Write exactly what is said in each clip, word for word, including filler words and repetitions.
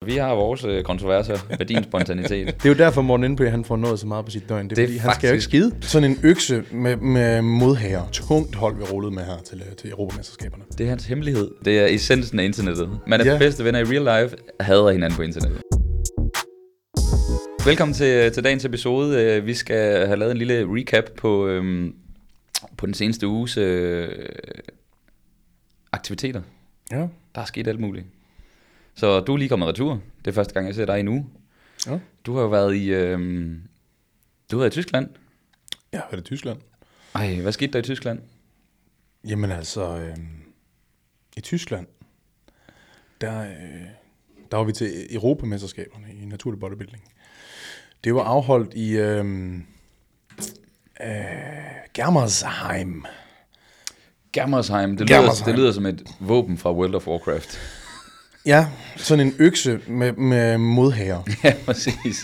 Vi har vores øh, kontroverser med din spontanitet. Det er jo derfor, Morten Indbø, han får nået så meget på sit døgn. Det er, Det er fordi, han faktisk... skal jo ikke skide. Sådan en økse med, med modhager. Tungt hold, vi rullede med her til, til Europamesterskaberne. Det er hans hemmelighed. Det er essensen af internettet. Man er Ja. bedste venner i real life, hader hinanden på internettet. Velkommen til, til dagens episode. Vi skal have lavet en lille recap på, øhm, på den seneste uges øh, aktiviteter. Ja. Der er sket alt muligt. Så du er lige kommet retur. Det er første gang, jeg ser dig i en uge. Ja. Du har jo været i, øhm, du har været i Tyskland. Ja, er det Tyskland? Ej, hvad skete der i Tyskland? Jamen altså, øh, i Tyskland, der, øh, der var vi til Europamesterskaberne i naturlig bodybuilding. Det var afholdt i øh, øh, Germersheim. Germersheim. Det, Germersheim. Lyder, det lyder som et våben fra World of Warcraft. Ja, sådan en økse med, med modhager. Ja, præcis.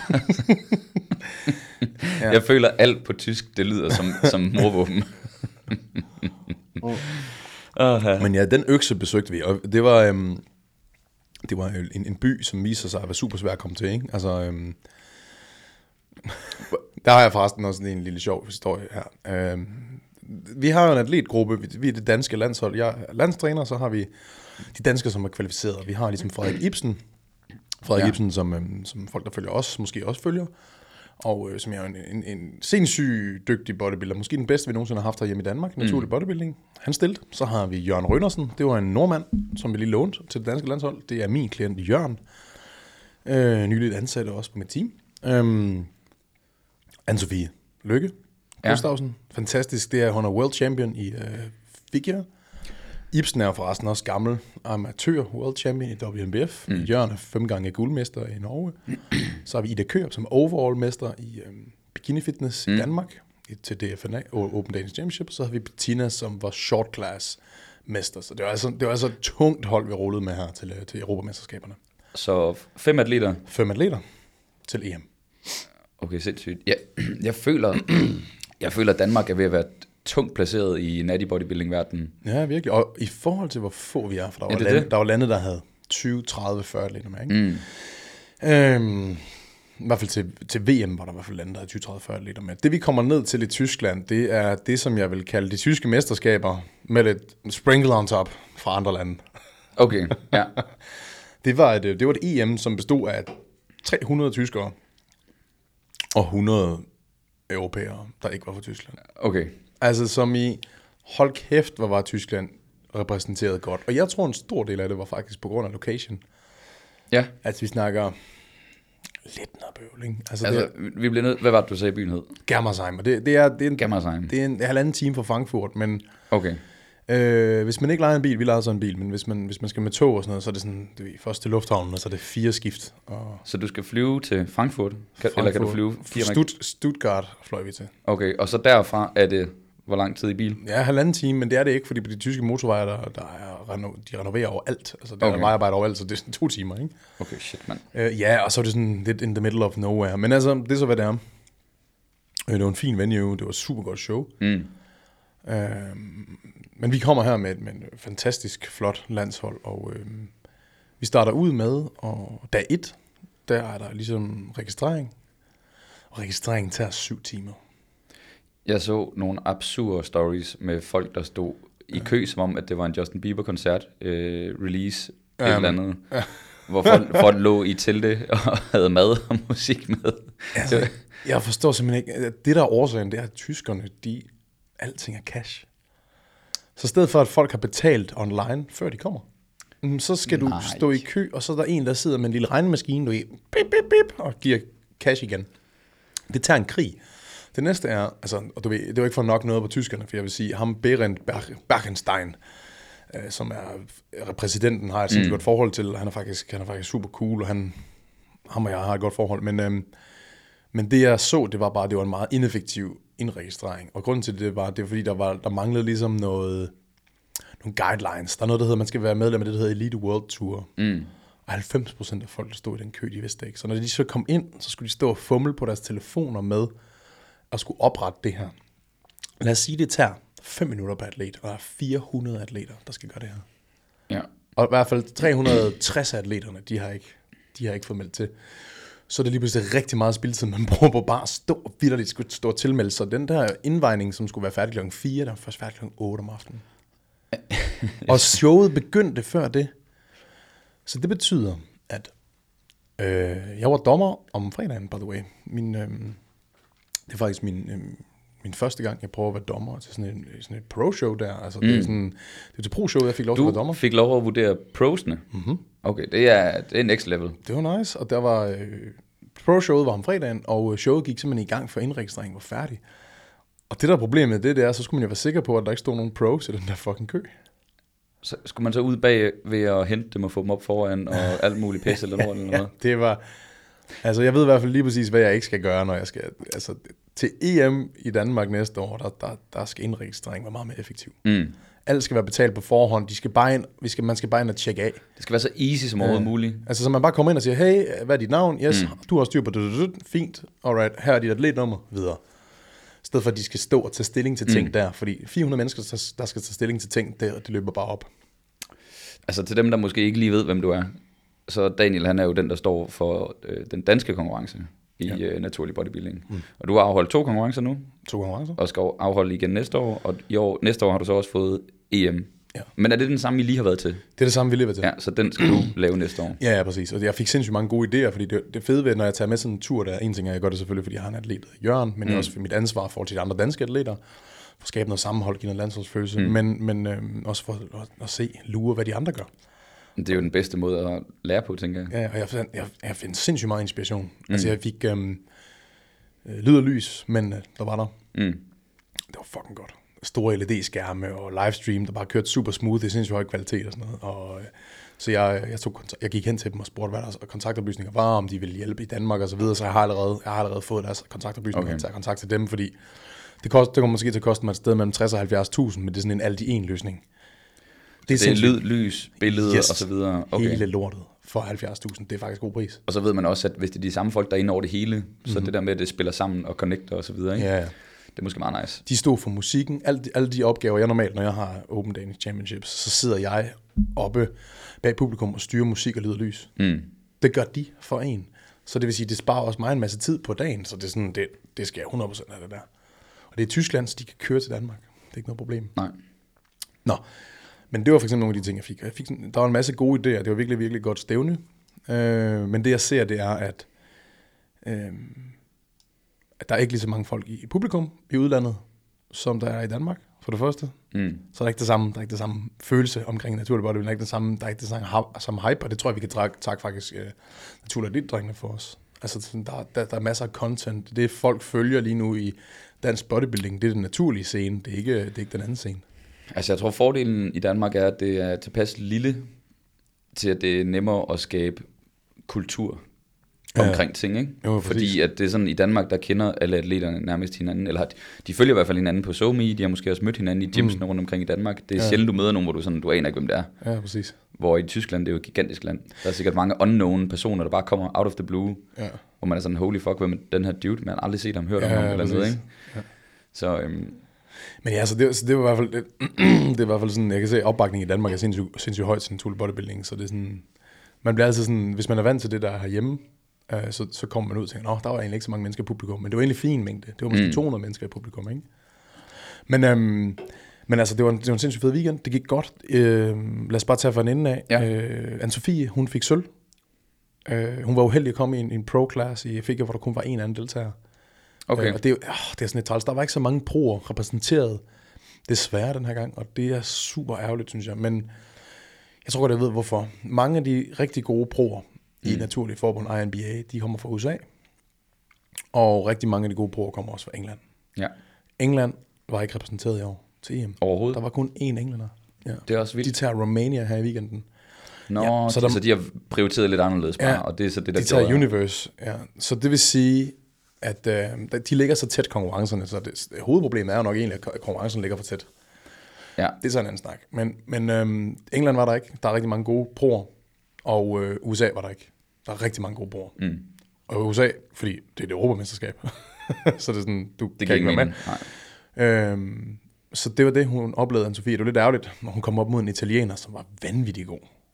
Ja. Jeg føler alt på tysk, det lyder som, som morvåben. uh-huh. Men ja, den økse besøgte vi, og det var, øhm, det var en, en by, som viser sig at være super svær at komme til, ikke? Altså, øhm, der har jeg forresten også en lille sjov historie her. Øhm, vi har jo en atletgruppe, vi, vi er det danske landshold. Jeg er landstræner, så har vi de danskere, som er kvalificeret. Vi har ligesom Frederik Ibsen, Frederik ja. Ibsen, som, øhm, som folk, der følger os, måske også følger. Og øh, som er en, en, en sindssygt dygtig bodybuilder. Måske den bedste, vi nogensinde har haft herhjemme i Danmark. Naturlig mm. bodybuilding. Han stillede. Så har vi Jørgen Rønnersen. Det var en nordmand, som vi lige lånte til det danske landshold. Det er min klient Jørgen. Øh, nyligt ansatte også på mit team. Øhm, Anne-Sophie Lykke. Gustavsen. Ja. Fantastisk. Det er, hun er world champion i øh, figure. Ibsen er forresten også gammel amatør world champion i W M B F. Mm. Jørgen er fem gange guldmester i Norge. Så har vi Ida Køhr, som er overall-mester i øhm, bikini fitness mm. i Danmark til D F N A, Open Danish Championship. Så har vi Bettina, som var short class mester. Så det var altså, det var altså et tungt hold, vi rullede med her til, til Europamesterskaberne. Så fem atleter? Fem atleter til E M. Okay, sindssygt. Ja, jeg føler, jeg føler, at Danmark er ved at være tungt placeret i natty bodybuilding-verdenen. Ja, virkelig. Og i forhold til, hvor få vi er, for der, ja, var, lande, der var lande, der havde tyve, tredive, fyrre atleter med, ikke? Mm. Øhm, I hvert fald til, til V M var der i hvert fald lande, der havde tyve, tredive, fyrre atleter med. Det vi kommer ned til i Tyskland, det er det, som jeg vil kalde de tyske mesterskaber, med lidt sprinkle on top fra andre lande. Okay, ja. det, var et, det var et E M, som bestod af tre hundrede tyskere og hundrede europæere, der ikke var fra Tyskland. Okay. Altså som i, hold kæft, hvor var Tyskland repræsenteret godt. Og jeg tror, en stor del af det var faktisk på grund af location. Ja. Altså vi snakker lidt noget bøvling. Altså, altså det, vi bliver nødt, hvad var det, du sagde, byen hed? Germersheim. Og det, det, er, det, er en, Germersheim. det er en halvanden time fra Frankfurt, men okay. øh, hvis man ikke lejer en bil, vi lejer så en bil, men hvis man, hvis man skal med tog og sådan noget, så er det sådan, det er først til lufthavnen, og så er det fire skift. Og så du skal flyve til Frankfurt? Kan, Frankfurt. Eller kan du flyve fire Stutt, Stuttgart fløj vi til. Okay, og så derfra er det, hvor lang tid i bil? Ja, halvanden time, men det er det ikke, fordi på de tyske motorveje, der, der er, de renoverer overalt. Altså, der okay. er vejarbejde overalt, så det er sådan to timer, ikke? Okay, shit, mand. Øh, ja, og så er det sådan lidt in the middle of nowhere. Men altså, det er så, hvad det er. Øh, det var en fin venue, det var et super godt show. Mm. Øh, men vi kommer her med, med en fantastisk flot landshold, og øh, vi starter ud med, og dag et, der er der ligesom registrering. Og registreringen tager syv timer. Jeg så nogle absurde stories med folk, der stod i kø, som om, at det var en Justin Bieber-koncert, øh, release, et um, eller andet, ja. hvor folk, folk lå i telte og havde mad og musik med. Altså, jeg forstår simpelthen ikke, det der er årsagen, det er, at tyskerne, de, alting er cash. Så i stedet for, at folk har betalt online, før de kommer, så skal Nej. du stå i kø, og så er der en, der sidder med en lille regnemaskine, du i, bip, bip, bip, og giver cash igen. Det tager en krig. Det næste er, altså, og du ved, det var ikke for nok noget på tyskerne, for jeg vil sige, ham Berend Bergenstein, øh, som er præsidenten, har jeg sindssygt mm. godt forhold til. Han er faktisk, han er faktisk super cool, og han, ham og jeg har et godt forhold. Men, øh, men det jeg så, det var bare, det var en meget ineffektiv indregistrering. Og grunden til det var, det var fordi, der, var, der manglede ligesom noget, nogle guidelines. Der er noget, der hedder, man skal være medlem af det, der hedder Elite World Tour. Mm. Og halvfems procent af folk, der stod i den kø, de vidste ikke. Så når de så kom ind, så skulle de stå og fumle på deres telefoner med at skulle oprette det her. Lad os sige, det tager fem minutter per atlet, og der er fire hundrede atleter, der skal gøre det her. Ja. Og i hvert fald tre hundrede og tres af atleterne, de har ikke de har ikke fået meldt til. Så er det lige pludselig rigtig meget spildtid, man bruger på bare at stå og vitterligt skulle stå og tilmelde. Så den der indvejning, som skulle være færdig klokken fire, der var først færdig klokken otte om aftenen. Og showet begyndte før det. Så det betyder, at øh, jeg var dommer om fredagen, by the way. Min, øh, det er faktisk min, øh, min første gang, jeg prøver at være dommer til sådan et, sådan et pro-show der. Altså, mm. det er sådan, det er til pro-show, jeg fik lov du til at være dommer. Du fik lov at vurdere prosene? Mm-hmm. Okay, det er, det er next level. Det var nice, og der var... Øh, pro-showet var om fredagen, og showet gik simpelthen i gang, for indregistreringen var færdig. Og det der problemet, det, det er, så skulle man jo være sikker på, at der ikke stod nogen pros i den der fucking kø. Så skulle man så ud bag ved at hente dem og få dem op foran, og alt muligt pisse eller noget? Eller noget? Ja, det var... Altså, jeg ved i hvert fald lige præcis, hvad jeg ikke skal gøre, når jeg skal... Altså, til E M i Danmark næste år, der, der, der skal indregistrering være meget mere effektiv. Mm. Alt skal være betalt på forhånd. De skal bare ind, vi skal, man skal bare ind og tjekke af. Det skal være så easy som overhovedet ja. muligt. Altså, så man bare kommer ind og siger, hey, hvad er dit navn? Yes, mm. du har styr på det. Fint. Alright, her er dit atletnummer. Videre. I stedet for, at de skal stå og tage stilling til ting mm. der. Fordi fire hundrede mennesker, der skal tage stilling til ting, det, det løber bare op. Altså til dem, der måske ikke lige ved, hvem du er. Så Daniel, han er jo den, der står for øh, den danske konkurrence i ja. øh, naturlig bodybuilding. Mm. Og du har afholdt to konkurrencer nu. To konkurrencer. Og skal afholde igen næste år. Og i år, næste år har du så også fået E M. Ja. Men er det den samme, I lige har været til? Det er det samme, vi lige har været til. Ja, så den skal du lave næste år. Ja, ja, præcis. Og jeg fik sindssygt mange gode idéer, fordi det, det fede ved, når jeg tager med sådan en tur, der er en ting, at jeg gør det selvfølgelig, fordi jeg har en atlet, Jørgen, men mm. også for mit ansvar for til de andre danske atleter, for at skabe noget sammenhold, give noget landsholdsfølelse, mm. men, men øhm, også for at, at se, lure, hvad de andre gør. Det er jo den bedste måde at lære på, tænker jeg. Ja, og jeg, jeg, jeg fandt sindssygt meget inspiration. Mm. Altså, jeg fik øhm, lyd og lys, men øh, der var der. Mm. Det var fucking godt. Store L E D-skærme og livestream, der bare kørte super smooth, det er sindssygt høj kvalitet og sådan noget. Og, øh, så jeg, jeg, tog, jeg gik hen til dem og spurgte, hvad deres kontaktoplysninger var, om de ville hjælpe i Danmark og så videre, så jeg har allerede, jeg har allerede fået deres kontaktoplysninger okay. til at kontakte dem, fordi det, kost, det kommer måske til at koste mig et sted mellem tres og halvfjerds tusind, men det er sådan en alt-i-en løsning. Det er, det er lyd, lys, billeder yes, og så videre. Okay. Hele lortet for halvfjerds tusind, det er faktisk god pris. Og så ved man også, at hvis det er de samme folk, der er inde over det hele, mm-hmm. så det der med, at det spiller sammen og connecter og så videre, ikke? Ja, ja. Det er måske meget nice. De stod for musikken. Alle de, alle de opgaver, jeg normalt, når jeg har Open Danish Championships, så sidder jeg oppe bag publikum og styrer musik og lyd og lys. Mm. Det gør de for en. Så det vil sige, det sparer også mig en masse tid på dagen, så det er sådan, det, det skal jeg hundrede procent af det der. Og det er Tyskland, så de kan køre til Danmark. Det er ikke noget problem. Nej. Nå, men det var for eksempel nogle af de ting, jeg fik. jeg fik sådan, der var en masse gode idéer. Det var virkelig, virkelig godt stævne. Øh, men det, jeg ser, det er, at øh, at der er ikke lige så mange folk i publikum i udlandet, som der er i Danmark, for det første. Mm. Så er der ikke det samme, der er ikke det samme følelse omkring naturlig bodybuilding, der er ikke det samme, der er ikke det samme, samme hype, og det tror jeg, vi kan takke, takke faktisk uh, naturlig atletdrengene for os. Altså, der, der, der er masser af content. Det, folk følger lige nu i dansk bodybuilding, det er den naturlige scene, det er ikke, det er ikke den anden scene. Altså, jeg tror, fordelen i Danmark er, at det er tilpas lille til, at det er nemmere at skabe kultur omkring ja, ting, ikke? Jo, fordi at det er sådan, i Danmark, der kender alle atleterne nærmest hinanden, eller de, de følger i hvert fald hinanden på SoMe, de har måske også mødt hinanden i gymsene mm. rundt omkring i Danmark. Det er ja. sjældent, du møder nogen, hvor du, sådan, du aner ikke, hvem det er. Ja, præcis. Hvor i Tyskland, det er jo et gigantisk land. Der er sikkert mange unknown personer, der bare kommer out of the blue, ja. Hvor man er sådan, holy fuck, hvem er den her dude? Man har aldrig set ham, hørt om ja, ham, eller noget, ikke? Ja. Så... Øhm, men ja, så det, så det var i hvert fald, det, det er i hvert fald sådan, jeg kan se, opbakning i Danmark er sindssygt, sindssygt højt til naturlig bodybuilding, så det er sådan, man bliver altid sådan, hvis man er vant til det, der er herhjemme, øh, så, så kommer man ud og tænker, nå, der var egentlig ikke så mange mennesker i publikum, men det var egentlig fin mængde, det var måske mm. to hundrede mennesker i publikum, ikke? Men, øhm, men altså, det var, en, det var en sindssygt fed weekend, det gik godt, øh, lad os bare tage fra en ende af, ja. øh, Anne-Sophie, hun fik sølv, øh, hun var uheldig at komme i en, en pro-class i Figure, hvor der kun var en anden deltager. Okay. Øh, og det er, øh, det er sådan et træls. Der var ikke så mange proer repræsenteret, desværre den her gang, og det er super ærgerligt, synes jeg. Men jeg tror godt, jeg ved, hvorfor. Mange af de rigtig gode proer mm. i naturlige forbund, I N B A, de kommer fra U S A, og rigtig mange af de gode proer kommer også fra England. Ja. England var ikke repræsenteret i år til E M. Overhovedet? Der var kun én englænder. Ja. Det er også vildt. De tager Romania her i weekenden. Nå, ja, så, de, der, så de har prioriteret lidt anderledes bare, ja, og det er så det, der de tager Universe, ja. Så det vil sige, at øh, de ligger så tæt konkurrencerne, så det, hovedproblemet er jo nok egentlig, at konkurrencen ligger for tæt. Ja. Det er sådan en anden snak. Men, men øh, England var der ikke. Der er rigtig mange gode proer, og øh, U S A var der ikke. Der er rigtig mange gode proer. Mm. Og U S A, fordi det er det europamesterskab, så det er sådan, du det kan ikke være med. Øhm, så det var det, hun oplevede, Anne-Sophie. Det var lidt ærgerligt, når hun kom op mod en italiener, som var vanvittig god.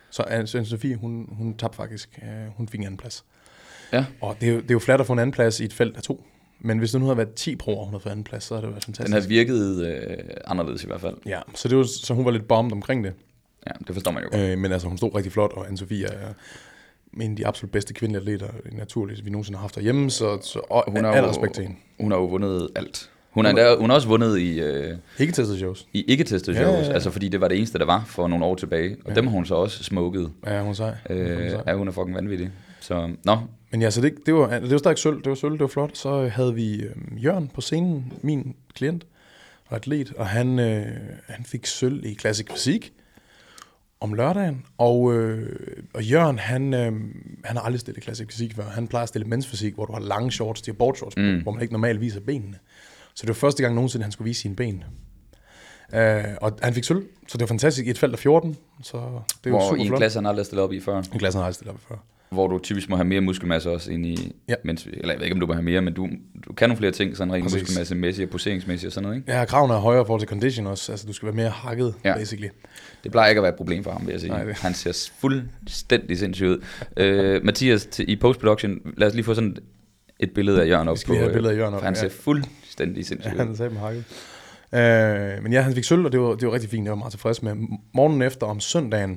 Så Anne-Sophie, hun, hun tabte faktisk. Øh, hun fik en anden plads. Ja. Og det er, jo, det er jo flat at få en anden plads i et felt af to. Men hvis det nu havde været ti proer, hun havde fået anden plads, så havde det jo været fantastisk. Den har virket øh, anderledes i hvert fald. Ja, så, det var, så hun var lidt bummed omkring det. Ja, det forstår man jo godt. Øh, men altså, hun stod rigtig flot, og Anne-Sophie er en af de absolut bedste kvindelige atleter, naturligt, vi nogensinde har haft derhjemme, så, så og hun har al respekt til hende. Hun har jo vundet alt. Hun har, endda, hun har også vundet i... Øh, ikke-testede shows. I ikke-testede shows, ja, ja, ja. Altså fordi det var det eneste, der var for nogle år tilbage. Og ja. Dem har hun så også smukket. Ja, hun er sej. Øh, ja, hun er fucking vanvittig. Så, nå. Men ja, så det, det, var, det var stadig sølv, det var sølv, det var flot. Så havde vi øh, Jørgen på scenen, min klient og atlet, og han, øh, han fik sølv i klassisk fysik om lørdagen. Og, øh, og Jørgen, han, øh, han har aldrig stillet klassisk fysik før. Han plejer at stille mensfysik, hvor du har lange shorts, de har board shorts, mm. hvor man ikke normalt viser benene. Så det var første gang nogensinde, han skulle vise sine ben. Uh, og han fik sølv, så det var fantastisk i et felt af fjorten. Så det var hvor super i en flot. klasse, han aldrig stillet op i før. En klasse, han aldrig stillet op i før. Hvor du typisk må have mere muskelmasse også ind i, ja. Mens, eller jeg ved ikke, om du må have mere, men du, du kan nogle flere ting, sådan rent muskelmassemæssigt og poseringsmæssigt og sådan noget, ikke? Ja, kravene er højere for til condition også, altså du skal være mere hakket, ja. Basically. Det plejer ikke at være et problem for ham, vil jeg sige. Nej, det. Han ser fuldstændig sindssygt ud. uh, Mathias, til, i postproduction, lad os lige få sådan et billede af Jørgen op på, et billede af Jørgen op, han ja. ser fuldstændig sindssygt ud. Ja, han ser med hakket. Uh, men ja, han fik sølv, og det var, det var rigtig fint, det var meget tilfreds med. Morgenen efter om søndagen,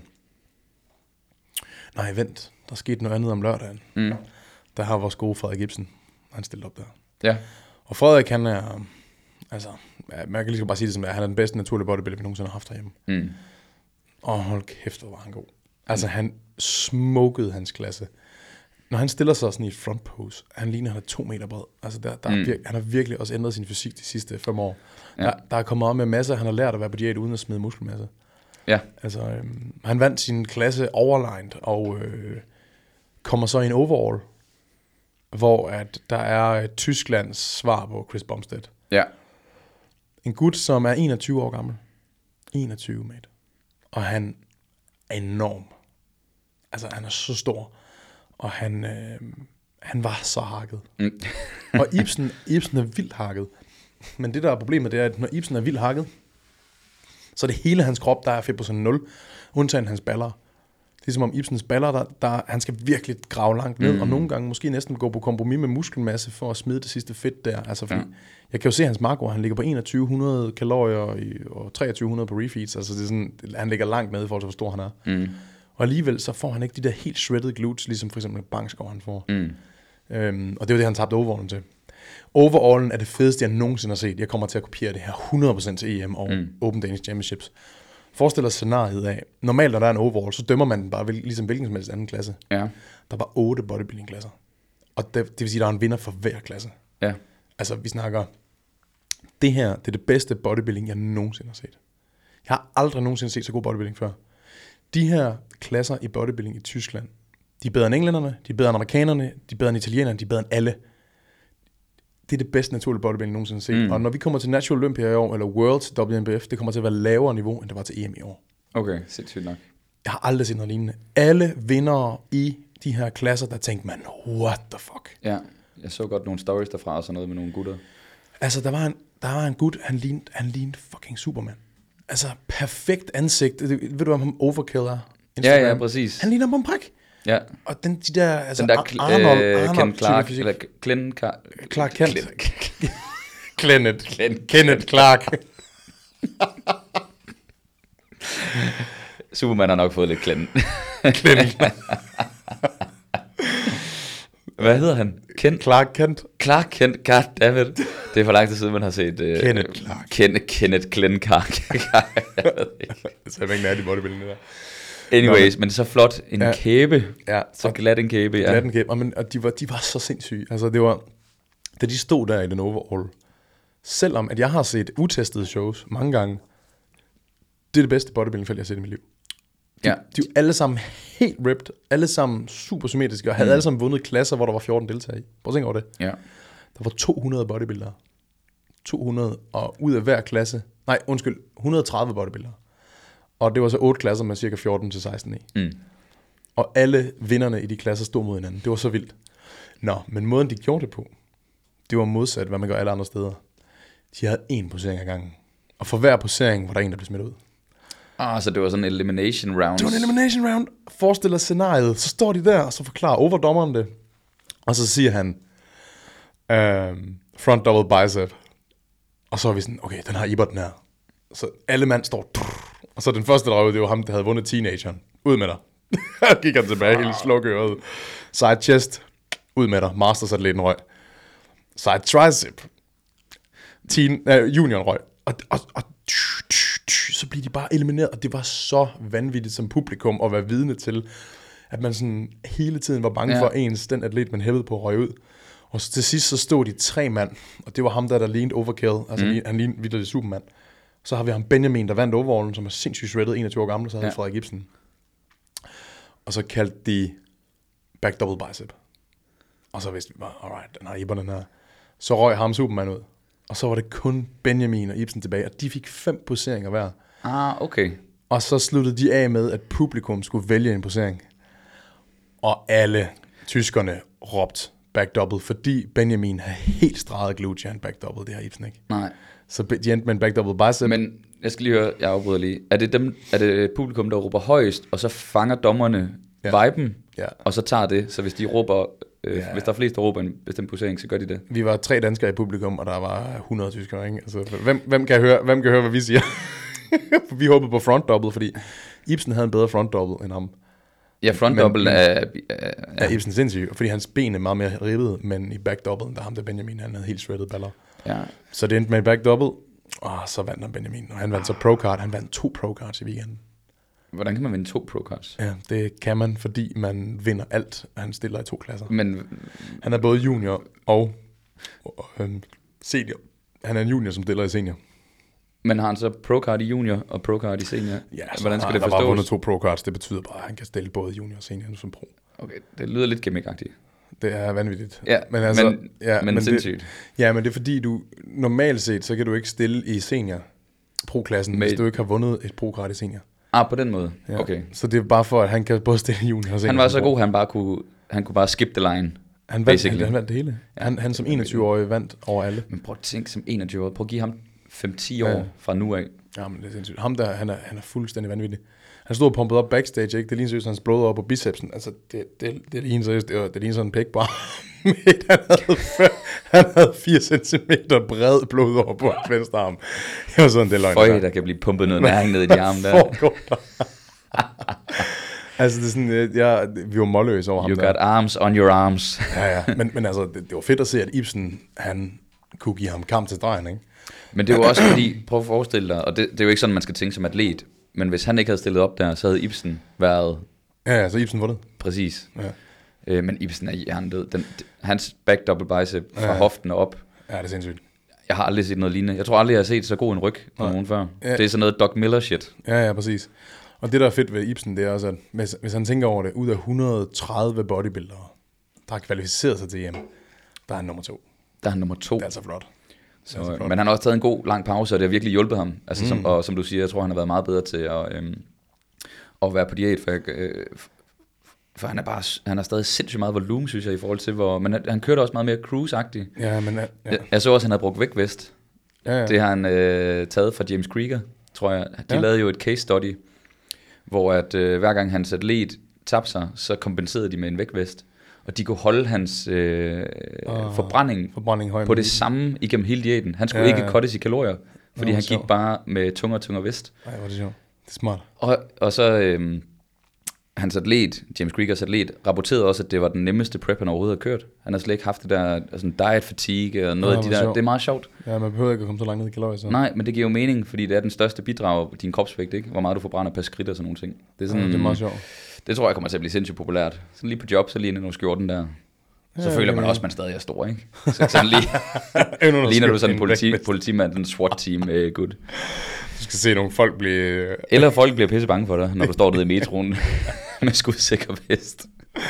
nej vent, der skete noget andet om lørdagen. Mm. Der har vores gode Frederik Ibsen, han stillede op der. Ja. Og Frederik, han er, altså, man kan lige så bare sige det som, at han er den bedste naturlige bodybuilder, vi nogensinde har haft derhjemme. Mm. Og hold kæft, hvor var han god. Altså, han smokede hans klasse. Når han stiller sig sådan i et front pose, han ligner, han er to meter bred. Altså, der, der mm. er vir- han har virkelig også ændret sin fysik de sidste fem år. Ja. Der, der er kommet op med masser, han har lært at være på diæt uden at smide muskelmasse. Ja. Altså, øhm, han vandt sin klasse overlined, og øh, kommer så i en overall, hvor at der er Tysklands svar på Chris Bumstead. Ja. En gut, som er enogtyve år gammel. enogtyve, mate. Og han er enorm. Altså, han er så stor. Og han, øh, han var så hakket. Mm. Og Ibsen, Ibsen er vildt hakket. Men det, der er problemet, det er, at når Ibsen er vildt hakket, så er det hele hans krop, der er fedtprocent nul, undtagen hans baller. Det er som om Ibsens baller, der, der, han skal virkelig grave langt ned, mm. og nogle gange måske næsten gå på kompromis med muskelmasse for at smide det sidste fedt der. Altså, fordi ja. Jeg kan jo se hans makro, han ligger på enogtyve hundrede kalorier i, og treogtyve hundrede på refeeds. Altså, det er sådan, han ligger langt nede i forhold til, hvor stor han er. Mm. Og alligevel så får han ikke de der helt shredded glutes, ligesom for eksempel Bangsgaard han får. Mm. Øhm, og det er jo det, han tabte overallen til. Overallen er det fedeste, jeg nogensinde har set. Jeg kommer til at kopiere det her hundrede procent til E M og mm. Open Danish Championships. Forestil dig scenariet af, normalt når der er en overall, så dømmer man den bare ligesom hvilken som helst anden klasse. Ja. Der var otte bodybuilding-klasser. Og det, det vil sige, at der er en vinder for hver klasse. Ja. Altså, vi snakker, det her, det er det bedste bodybuilding, jeg nogensinde har set. Jeg har aldrig nogensinde set så god bodybuilding før. De her klasser i bodybuilding i Tyskland, de er bedre end englænderne, de er bedre end amerikanerne, de er bedre end italienerne, de er bedre end alle. Det er det bedste naturlige bodybuilding, jeg nogensinde har set. Mm. Og når vi kommer til National Olympia i år, eller Worlds W N B F, det kommer til at være lavere niveau, end det var til E M i år. Okay, sindssygt nok. Jeg har aldrig set noget lignende. Alle vindere i de her klasser, der tænkte man, what the fuck? Ja, jeg så godt nogle stories derfra og sådan noget med nogle gutter. Altså, der var en, der var en gut, han lignede, han lignede fucking Superman. Altså, perfekt ansigt. Ved du, hvad ham Overkill er? Instagram. Ja, ja, præcis. Han ligner Bombrak. Ja. Og den, de der, altså, den der Arnold, Arnold, Arnold Ken Clark, eller Glenn Clark. Clark Kent. Kenneth. Kenneth Clark. Superman har nok fået lidt Glenn. Glenn. Hvad hedder han? Kent. Clark Kent. Clark Kent, goddammit. Det er for lang tid siden, man har set... Uh, Kenneth Clark. Ken, Kenneth Glenn Clark. Jeg ved ikke. Det er ikke nærmest bodybuilding, det der. Anyways, Nå, men så flot en ja, kæbe. Ja, så glat en kæbe, ja. Glat en kæbe, og, men, og de, var, de var så sindssyge. Altså, det var... Da de stod der i den overall, selvom at jeg har set utestede shows mange gange, det er det bedste bodybuilding-felt, jeg har set i mit liv. De, ja. de var alle sammen helt ripped, alle sammen super symmetriske, og havde mm. alle sammen vundet klasser, hvor der var fjorten deltagere i. Prøv at tænke over det. Ja. Der var to hundrede bodybuildere. to hundrede, og ud af hver klasse, nej, undskyld, et hundrede og tredive bodybuildere. Og det var så otte klasser med cirka fjorten til seksten i. Mm. Og alle vinderne i de klasser stod mod hinanden. Det var så vildt. Nå, men måden de gjorde det på, det var modsat, hvad man gør alle andre steder. De havde én posering ad gangen. Og for hver posering var der en, der blev smidt ud. Ah, så det var sådan en elimination round. Det var en elimination round. Forestiller scenariet. Så står de der, og så forklarer overdommeren det. Og så siger han, øhm, front double bicep. Og så er vi sådan, okay, den har Ibert den her. Så alle mand står, og så den første, der røg ud, det var ham, der havde vundet teenageren. Ud med dig. Gik han tilbage, helt slukøret. Side chest, ud med dig. Masters-atleten røg. Side tricep. Teen, øh, junioren røg. Og, og, og så bliver de bare elimineret, og det var så vanvittigt som publikum at være vidne til, at man sådan hele tiden var bange ja. for ens, den atlet, man hævede på at røge ud. Og så til sidst så stod de tre mand, og det var ham der, der lignede overkill, altså mm. han lignede videre Superman. Så har vi ham Benjamin, der vandt overallen, som er sindssygt shredded, enogtyve år gammel, så havde ja. Frederik Ibsen. Og så kaldte de back double bicep. Og så vidste vi bare, alright, den har Ibsen den her. Så røg ham Superman ud. Og så var det kun Benjamin og Ibsen tilbage, og de fik fem poseringer hver. Ah, okay. Og så sluttede de af med, at publikum skulle vælge en posering. Og alle tyskerne råbte back double, fordi Benjamin havde helt streget glute and back double, det har Ibsen ikke. Nej. Så de endte med en back double bicep. Men jeg skal lige høre, jeg afbryder lige. Er det, dem, er det publikum, der råber højst, og så fanger dommerne ja. viben, ja. og så tager det? Så hvis de råber, øh, ja. hvis der er flest, der råber en bestemt posering, så gør de det? Vi var tre danskere i publikum, og der var hundrede tyskere, ikke? Altså, hvem, hvem, kan høre, hvem kan høre, hvad vi siger? Vi håbede på front double, fordi Ibsen havde en bedre front double end ham. Ja, front double er... er ja, ja Ibsen er sindssyg, fordi hans ben er meget mere ribbet, men i back double, der ham der Benjamin, han havde helt shredded baller. Ja. Så det endte med back double, og så vandt han Benjamin, og han vandt så pro card, han vandt to pro cards i weekenden. Hvordan kan man vinde to pro cards? Ja, det kan man, fordi man vinder alt, han stiller i to klasser. Men han er både junior og, og øhm, senior. Han er en junior, som stiller i senior. Men har han så pro-card i junior og pro-card i senior? Ja, hvordan skal det forstås? Der var vundet to pro-cards, det betyder bare, at han kan stille både junior og senior som pro. Okay, det lyder lidt gimmick-agtigt. Det er vanvittigt. Ja, men, altså, men, ja, men, men sindssygt. Det, ja, men det er fordi, du normalt set, så kan du ikke stille i senior pro-klassen, med, hvis du ikke har vundet et pro-card i senior. Ah, på den måde? Ja. Okay. Så det er bare for, at han kan både stille junior og senior. Han var så god, han bare kunne, han kunne bare skip the line. Han vandt, han, han vandt det hele. Ja, han, han som enogtyve-årig vandt over alle. Men prøv at tænke som enogtyve-årig. Prøv at give ham fem til ti år ja. fra nu af. Ja, men det er sindssygt. Ham der, han er, han er fuldstændig vanvittig. Han stod og pumpede op backstage, ikke? Det ligner seriøst, hans blod op på bicepsen. Altså, det, det, det ligner seriøst, det, det ligner sådan en pæk bare. han, havde, han havde fire centimeter bred blod over på hans venstre arm. Det var sådan, det løgn. Føj, der kan blive pumpet noget næring ned i de arme der. Altså, det er sådan, jeg, vi var målløse over you ham der. You got arms on your arms. ja, ja. Men, men altså, det, det var fedt at se, at Ibsen, han kunne give ham kamp til stregen, ikke? Men det er jo også fordi, prøv at forestille dig, og det, det er jo ikke sådan, man skal tænke som atlet, men hvis han ikke havde stillet op der, så havde Ibsen været... Ja, ja, så Ibsen vundet. Præcis. Ja. Øh, men Ibsen er hjernedød. Den, hans back double bicep fra ja. hoften og op. Ja, det er sindssygt. Jeg har aldrig set noget lignende. Jeg tror aldrig, jeg har set så god en ryg på ja. nogen før. Ja. Det er sådan noget Doc Miller shit. Ja, ja, præcis. Og det, der er fedt ved Ibsen, det er også, at hvis, hvis han tænker over det, ud af et hundrede og tredive bodybuildere, der har kvalificeret sig til hjem, der er han nummer to. Der er han nummer to. Det er altså flot. Så, altså men han har også taget en god lang pause, og det har virkelig hjulpet ham. Altså, mm. som, og som du siger, jeg tror, han har været meget bedre til at, øhm, at være på diæt, for, øh, for han er bare, han har stadig sindssygt meget volumen, synes jeg, i forhold til, hvor, men han, han kørte også meget mere cruise-agtigt. Ja, men, ja. Jeg, jeg så også, at han havde brugt vægtvest. Ja, ja. Det har han øh, taget fra James Krieger, tror jeg. De ja. lavede jo et case study, hvor at, øh, hver gang hans atlet tabte sig, så kompenserede de med en vægtvest. Og de kunne holde hans øh, oh, forbrænding, forbrænding på det samme igennem hele diæten. Han skulle ja, ikke cuttes i kalorier, fordi Nå, han gik sjov. bare med tungere og tungere vest. Ej, hvor er det sjovt. Det er smart. Og, og så øh, hans atlet, James Kriegers atlet, rapporterede også, at det var den nemmeste prep, han overhovedet har kørt. Han har slet ikke haft det der altså diet fatigue og noget ja, af de der. Sjov. Det er meget sjovt. Ja, man behøver ikke at komme så langt ned i kalorier. Så. Nej, men det giver jo mening, fordi det er den største bidrag på din kropsvægt, ikke? Hvor meget du forbrænder per skridt og sådan nogle ting. Det er, sådan, ja, det er meget sjovt. Det tror jeg kommer til at blive sindssygt populært. Sådan lige på job, så lige nogle skjorten der. Så ja, føler man også, at man stadig er stor, ikke? Så sådan lige, lige når du er sådan en politi, politimand, en SWAT-team, uh, good. Du skal se nogle folk blive... Eller folk bliver pisse bange for dig, når du står nede i metroen med skudsikker vest.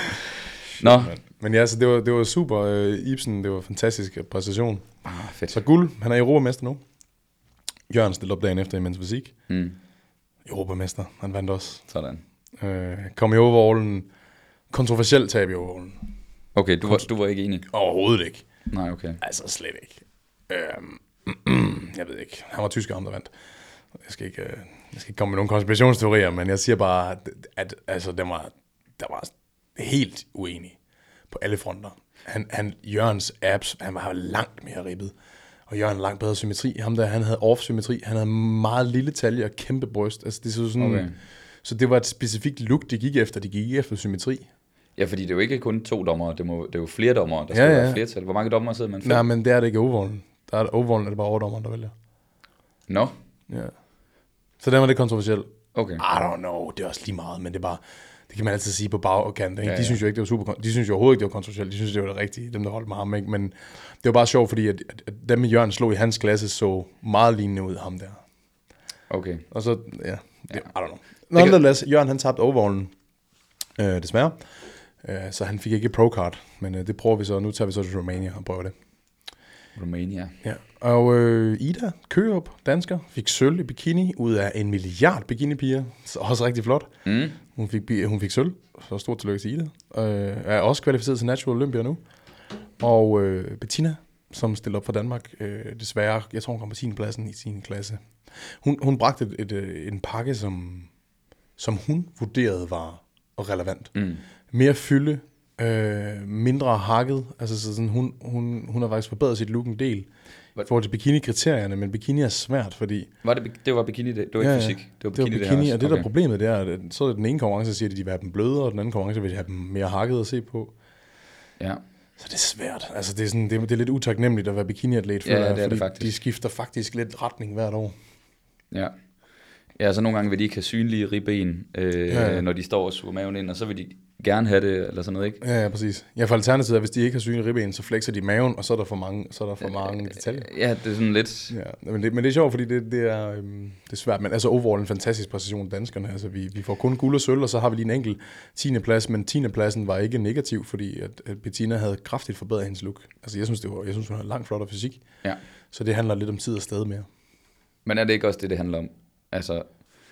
Nå. Men, men ja, så det var, det var super. Uh, Ibsen, det var en fantastisk præstation. Ah, fedt. Så guld, han er europamester nu. Jørgen stillede op dagen efter i Men's Fysik. Mm. Europamester, han vandt også. Sådan. Uh, kom i overallen. Kontroversielt tab i overallen. Okay, du var, du var ikke enig? Overhovedet ikke. Nej, okay. Altså slet ikke. Øhm, jeg ved ikke. Han var tysker, ham der vandt. Jeg skal ikke uh, Jeg skal ikke komme med nogle konspirationsteorier, men jeg siger bare, at, at altså, der var, der var helt uenig på alle fronter. Han, han, Jørgens abs, han var langt mere ribbet. Og Jørgen langt bedre symmetri. Ham der, han havde off-symmetri. Han havde meget lille talje og kæmpe bryst. Altså, det så, sådan, okay. Så det var et specifikt look, de gik efter. De gik efter symmetri. Ja, fordi det er jo ikke kun to dommere. Det, må, det er jo flere dommere, der skal ja, ja. være flertal. Hvor mange dommere sidder man for? Nej, men det er det ikke overvallen. Der er overvallen, er det bare overdommeren, der vælger. Nå? No. Ja. Så den var det kontroversielt. Okay. I don't know, det er også lige meget, men det er bare... Det kan man altid sige på bagkant. Ja, ja. De synes jo ikke, det var super... De synes jo overhovedet ikke, det var kontroversielt. De synes, det var det rigtige, dem der holdt med ham. Ikke? Men det var bare sjovt, fordi at, at dem med Jørgen slog i hans klasse så meget lignende ud ham der. Okay. Og så, ja, det, I don't know. Nonetheless, Jørgen han tabte overvallen, øh, desværre. Øh, så han fik ikke pro-card. Men øh, det prøver vi så. Nu tager vi så til Romania og prøver det. Romania. Ja. Og øh, Ida Kørup, dansker, fik sølv i bikini ud af en milliard bikinipiger. Så også rigtig flot. Mm. Hun, fik, hun fik sølv, så stort tillykke til Ida. Øh, er også kvalificeret til Natural Olympia nu. Og øh, Bettina, som stiller op for Danmark, øh, desværre, jeg tror hun kom på sin pladsen i sin klasse. Hun, hun bragte et, et, et, en pakke, som, som hun vurderede var relevant. Mm. Mere fylde, øh, mindre hakket. Altså så sådan, hun, hun, hun har faktisk forbedret sit look en del. I forhold til bikini-kriterierne, men bikini er svært, fordi... Var det, det var bikini, det, det var ikke ja, fysik? Det var bikini, det var bikini det og det okay. Der problemet, det er, at så er det den ene konkurrence, siger de, de vil have dem blødere, og den anden konkurrence vil de have dem mere hakket at se på. Ja. Så det er svært. Altså, det er, sådan, det er, det er lidt utaknemmeligt at være bikini-atlet, ja, jeg, det er fordi det de skifter faktisk lidt retning hvert år. Ja. Ja, så nogle gange vil de ikke have synlige ribben, øh, ja, ja. når de står og suger maven ind, og så vil de gerne have det, eller sådan noget, ikke? Ja, ja, præcis. Ja, for alternativet er, hvis de ikke har synlige ribben, så flexer de maven, og så er der for mange, så er der for mange detaljer. Ja, det er sådan lidt... Ja, men det, men det er sjovt, fordi det, det, er, øhm, det er svært. Men altså overall en fantastisk præcision danskerne. Altså vi, vi får kun guld og sølv, og så har vi lige en enkelt tiende plads, men tiende pladsen var ikke negativ, fordi at, at Bettina havde kraftigt forbedret hendes look. Altså jeg synes, det var, jeg synes hun havde langt flottere fysik. Ja. Så det handler lidt om tid og sted mere. Men er det ikke også det, det handler om? Altså,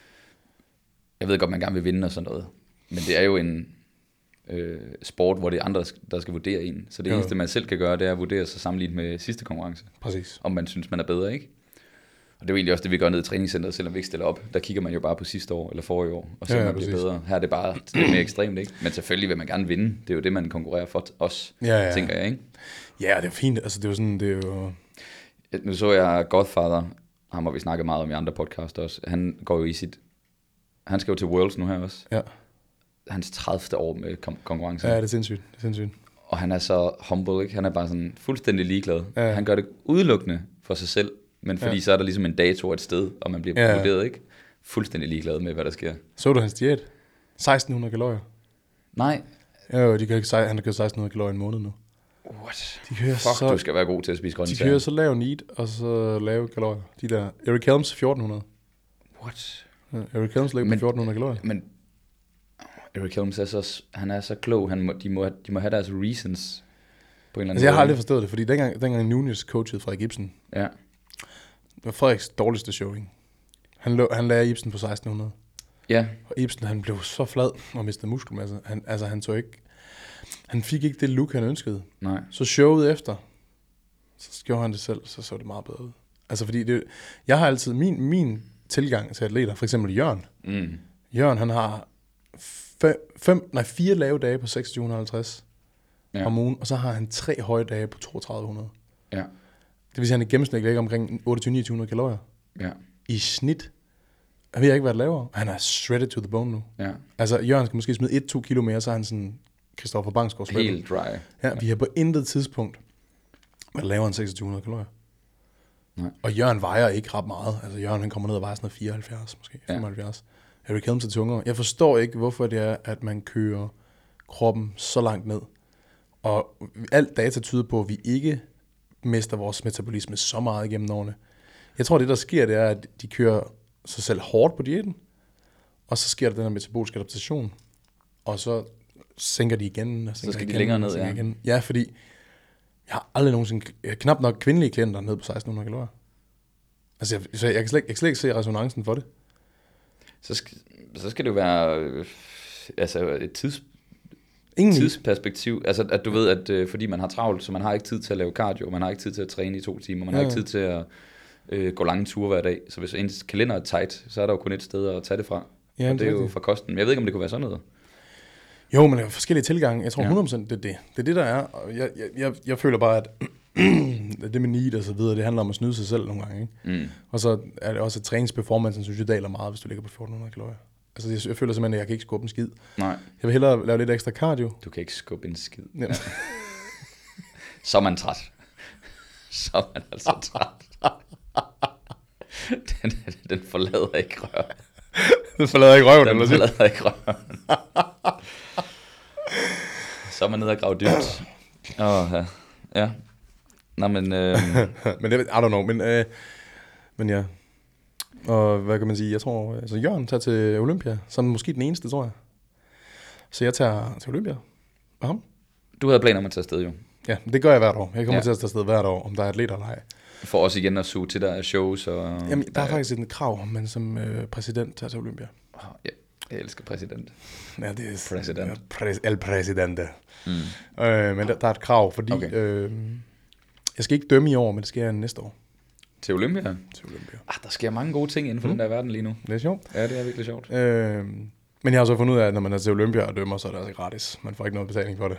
jeg ved godt, man gerne vil vinde og sådan noget, men det er jo en øh, sport, hvor det er andre, der skal vurdere en. Så det ja. eneste, man selv kan gøre, det er at vurdere sig sammenlignet med sidste konkurrence. Præcis. Om man synes, man er bedre, ikke? Og det er jo egentlig også det, vi gør ned i træningscenteret, selvom vi ikke stiller op. Der kigger man jo bare på sidste år eller forrige år, og så ja, ja, man bliver bedre. Her er det bare lidt mere ekstremt, ikke? Men selvfølgelig vil man gerne vinde. Det er jo det, man konkurrerer for os, ja, ja. tænker jeg, ikke? Ja, det er fint. Altså, det er jo sådan, det er jo... Nu så jeg Godfather, ham har vi snakket meget om i andre podcasts også. Han går jo i sit... Han skal jo til Worlds nu her også. Ja. Hans tredivte år med konkurrence. Ja, det er sindssygt. Det er sindssygt. Og han er så humble, ikke? Han er bare sådan fuldstændig ligeglad. Ja. Han gør det udelukkende for sig selv, men fordi ja. så er der ligesom en dato et sted, og man bliver ja. vurderet, ikke? Fuldstændig ligeglad med, hvad der sker. Så du hans diæt? seksten hundrede kalorier. Nej. Ja, de kan ikke, han har kørt seksten hundrede kalorier en måned nu. What? De kører Fuck, så, du skal være god til at spise grøntsager. De kører så lav neat, og så lave kalorier. De der, Eric Helms fjorten hundrede. What? Ja, Eric Helms ligger på fjorten hundrede kalorier. Men Eric Helms er så, han er så klog, han må, de, må, de må have deres reasons på en eller anden altså, jeg har aldrig forstået det, fordi dengang, dengang Nunes coachede Frederik Ibsen, ja. det var Frederiks dårligste showing. Han, lå, han lagde Ibsen på seksten hundrede. Ja. Og Ibsen, han blev så flad og mistede muskelmasse. Han, altså, han så ikke... Han fik ikke det look, han ønskede. Nej. Så showet efter, så gjorde han det selv, så så det meget bedre ud. Altså, fordi det... Jeg har altid... Min, min tilgang til atleter, for eksempel Jørgen. Mm. Jørgen, han har fem, fem, nej, fire lave dage på seks tusind to hundrede og halvtreds ja. om ugen, og så har han tre høje dage på toogtredive hundrede. Ja. Det vil sige, at han i gennemsnit ligger omkring otteogtyve til ni hundrede kalorier. Ja. I snit. Han har ikke været lavere. Han er shredded to the bone nu. Ja. Altså, Jørgen skal måske smide et til to kilo mere, så er han sådan Christoffer Bangsgaard shredded. Helt dry. Ja, vi har på intet tidspunkt været lavere end seksogtyve hundrede kalorier. Nej. Og Jørgen vejer ikke ret meget. Altså, Jørgen han kommer ned og vejer sådan noget fireoghalvfjerds, måske ja. femoghalvfjerds. Eric Helms er tungere. Jeg forstår ikke, hvorfor det er, at man kører kroppen så langt ned. Og alt data tyder på, at vi ikke mister vores metabolisme så meget igennem årene. Jeg tror, det der sker, det er, at de kører sig selv hårdt på diæten, og så sker der den her metaboliske adaptation, og så sænker de igen. Og så skal igen, de længere ned, ja. Igen. Ja, fordi jeg har aldrig nogensinde, knap nok kvindelige klienter ned på seksten hundrede kalorier. Altså, jeg, så jeg, jeg, kan slet, jeg kan slet ikke se resonancen for det. Så skal, så skal det jo være øh, altså et tids, tidsperspektiv. Altså, at du ved, at øh, fordi man har travlt, så man har ikke tid til at lave cardio, man har ikke tid til at træne i to timer, man ja. har ikke tid til at øh, gå lange ture hver dag. Så hvis ens kalender er tight, så er der jo kun et sted at tage det fra. Ja, og det er jo rigtigt. fra kosten. Men jeg ved ikke, om det kunne være sådan noget. Jo, men der er forskellige tilgange. Jeg tror Ja. hundrede procent, det er det. Det er det, der er. Og jeg, jeg, jeg, jeg føler bare, at det med need og så videre, det handler om at snyde sig selv nogle gange. Ikke? Mm. Og så er det også, at træningsperformancen, synes jeg, daler meget, hvis du ligger på fjorten hundrede kalorier. Altså, jeg, jeg føler simpelthen, at jeg kan ikke skubbe en skid. Nej, Jeg vil hellere lave lidt ekstra cardio. du kan ikke skubbe en skid. Ja. Ja. Så er man træt. Så er man altså træt. den, den forlader ikke røven. Det forlader ikke røven, Den eller sådan. forlader ikke røven. Så er man nede og grave dybt. Åh, ja. Ja. Nå, men... Øh, Men det, I don't know, men, øh, men ja. Og hvad kan man sige, jeg tror, altså Jørgen tager til Olympia, som måske den eneste, tror jeg. Så jeg tager til Olympia med ham. du havde planer om at tage afsted, jo. Ja, det gør jeg hvert år. Jeg kommer Ja. ja. til at tage afsted hvert år, om der er atleter eller ej. For os igen at suge til der af shows og... Jamen, der er faktisk et krav, men som øh, præsident tager til Olympia. Oh, ja, jeg elsker præsident. Ja, det er Præsident. Præs, el presidente. Mm. Øh, men der, der er et krav, fordi Okay. øh, jeg skal ikke dømme i år, men det skal jeg næste år Til Olympia? til Olympia. Ah, der sker mange gode ting inden for mm. den der verden lige nu. Det er sjovt. Ja, det er virkelig sjovt. Øh, men jeg har så fundet ud af, at når man er til Olympia og dømmer, så er det altså gratis. Man får ikke noget betaling for det.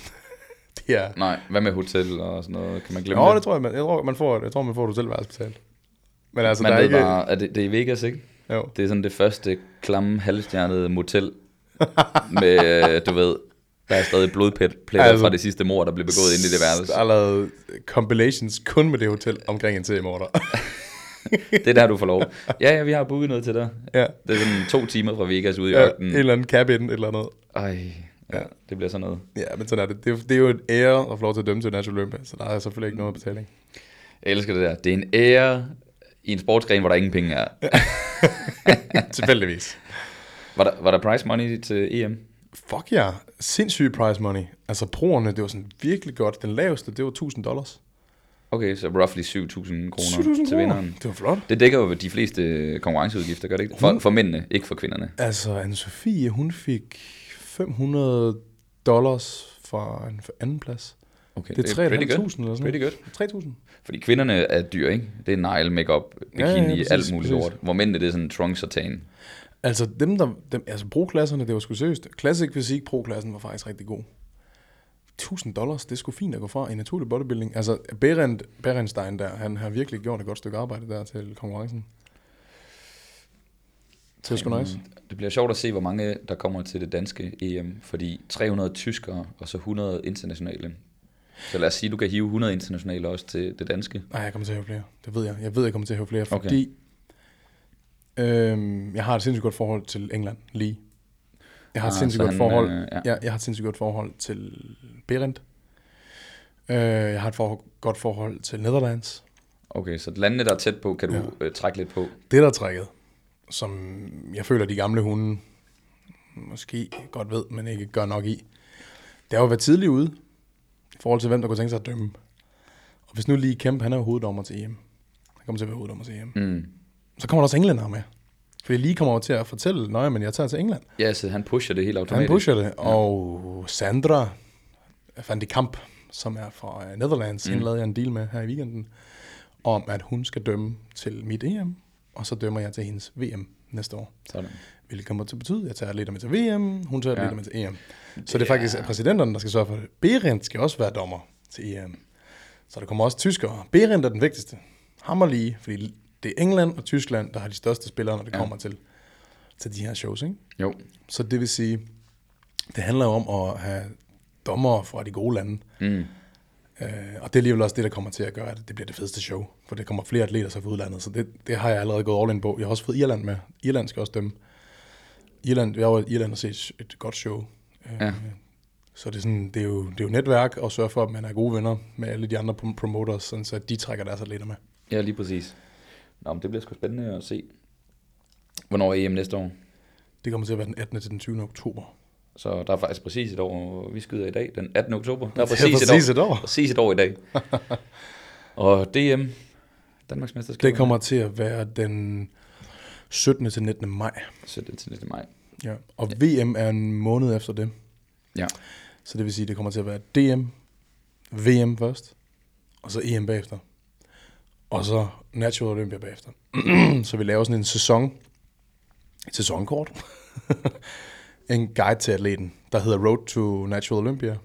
det er... Nej, hvad med hotel og sådan noget? Kan man glemme Nå, det? det tror jeg, man, jeg tror, man får, jeg tror, man får et hotelværelse betalt. Men altså, Man der er ved ikke... bare, at det, det er i Vegas, ikke? Jo. Det er sådan det første klamme, halvstjernede motel med, øh, du ved, der er stadig blodpletter Altså- fra det sidste mord, der blev begået inde i det værelse. Der er lavet compilations kun med det hotel omkring en seriemorder. Det er der, du får lov. Ja, ja, vi har booket noget til dig. ja. Det er sådan to timer fra Vegas ude i ja, ørkenen. en eller anden cabin, et eller andet. Ej, ja, Ja. det bliver sådan noget. Ja, men sådan er det. Det er, det er jo et ære at få lov til at dømme til National Olympia, så der er selvfølgelig ikke noget betaling. Jeg elsker det der. Det er en ære i en sportsgren, hvor der ingen penge er. Tilfældigvis. Var der, var der prize money til E M? Fuck ja. Sindssyg prize money. Altså proerne, det var sådan virkelig godt. Den laveste, det var tusind dollars. Okay, så roughly syv tusind kroner syv tusind til kroner. vinderen. Det var flot. Det dækker jo de fleste konkurrenceudgifter, gør det ikke? For, for mændene, ikke for kvinderne. Altså, Anne-Sophie, hun fik fem hundrede dollars fra en anden plads. Okay, Det er tre tusind fem hundrede eller sådan Pretty good. tre tusind. Fordi kvinderne er dyr, ikke? Det er negl, makeup, bikini, Ja, ja, ja, ja, præcis, alt muligt præcis. lort. Hvor mændene, det er sådan trunks og tan. Altså, dem der, dem, altså pro-klasserne, det var sgu seriøst. Classic Physik pro-klassen var faktisk rigtig god. tusind dollars, det er sgu fint at gå fra i naturlig bodybuilding. Altså, Berend, Berenstein der, han har virkelig gjort et godt stykke arbejde der til konkurrencen. Det er sgu nice. Det bliver sjovt at se, hvor mange der kommer til det danske E M. Fordi tre hundrede tyskere og så hundrede internationale. Så lad os sige, at du kan hive hundrede internationale også til det danske. Nej, jeg kommer til at have flere. Det ved jeg. Jeg ved, jeg kommer til at have flere, Okay. fordi øhm, jeg har et sindssygt godt forhold til England lige. Jeg har et Ah, sindssygt så godt han, forhold. øh, ja. Ja, jeg har et sindssygt godt forhold til Berend. Øh, jeg har et for, godt forhold til Netherlands. Okay, så landene, der er tæt på, kan du Ja. øh, trække lidt på. Det der er trækket, som jeg føler, de gamle hunde måske godt ved, men ikke gør nok i, det er jo at være tidlig ude i forhold til, hvem der kunne tænke sig at dømme. Og hvis nu lige Kemp, han er jo hoveddommer til E M. Han kommer til at være hoveddommer til E M. Mm. Så kommer der også englænder med. Fordi lige kommer over til at fortælle, nej, men jeg tager til England. Ja, så han pusher det helt Han automatisk. pusher det. Og Sandra van de Kamp, som er fra uh, Netherlands, mm. hende lavede jeg en deal med her i weekenden, om at hun skal dømme til mit E M, og så dømmer jeg til hendes V M næste år. Sådan. Hvilket kommer til at betyde, at jeg tager atleter med til V M, hun tager Ja. atleter med til E M. Så det er faktisk præsidenterne, der skal sørge for det. Berend skal også være dommer til E M. Så der kommer også tyskere. Berend er den vigtigste. Hammer lige, fordi det er England og Tyskland, der har de største spillere, når det Ja. kommer til, til de her shows, ikke? Jo. Så det vil sige, det handler jo om at have dommere fra de gode lande. Mm. Øh, og det er alligevel også det, der kommer til at gøre, at det bliver det fedeste show. For det kommer flere atleter så fra udlandet, så det, det har jeg allerede gået all in på. Jeg har også fået Irland med. Irland skal også dømme. Irland, jeg var i Irland og set et godt show. Øh, Ja. Så det er, sådan, det, er jo, det er jo netværk at sørge for, at man er gode venner med alle de andre prom- promoters, sådan så de trækker deres atleter med. Ja, lige præcis. Nå, men det bliver sgu spændende at se. Hvornår er E M næste år? Det kommer til at være den attende til den tyvende oktober. Så der er faktisk præcis et år, vi skyder i dag, den attende oktober. Der er Det er præcis, præcis et, år. et år. Præcis et år i dag. Og D M, Danmarks mesterskab. Det kommer til at være den syttende til nittende maj. syttende til nittende maj. Ja. Og V M er en måned efter det. Ja. Så det vil sige, at det kommer til at være D M, V M først, og så E M bagefter. og så Natural Olympia bagefter. Så vi laver sådan en sæson, et sæsonkort, en guide til atleten, der hedder Road to Natural Olympia.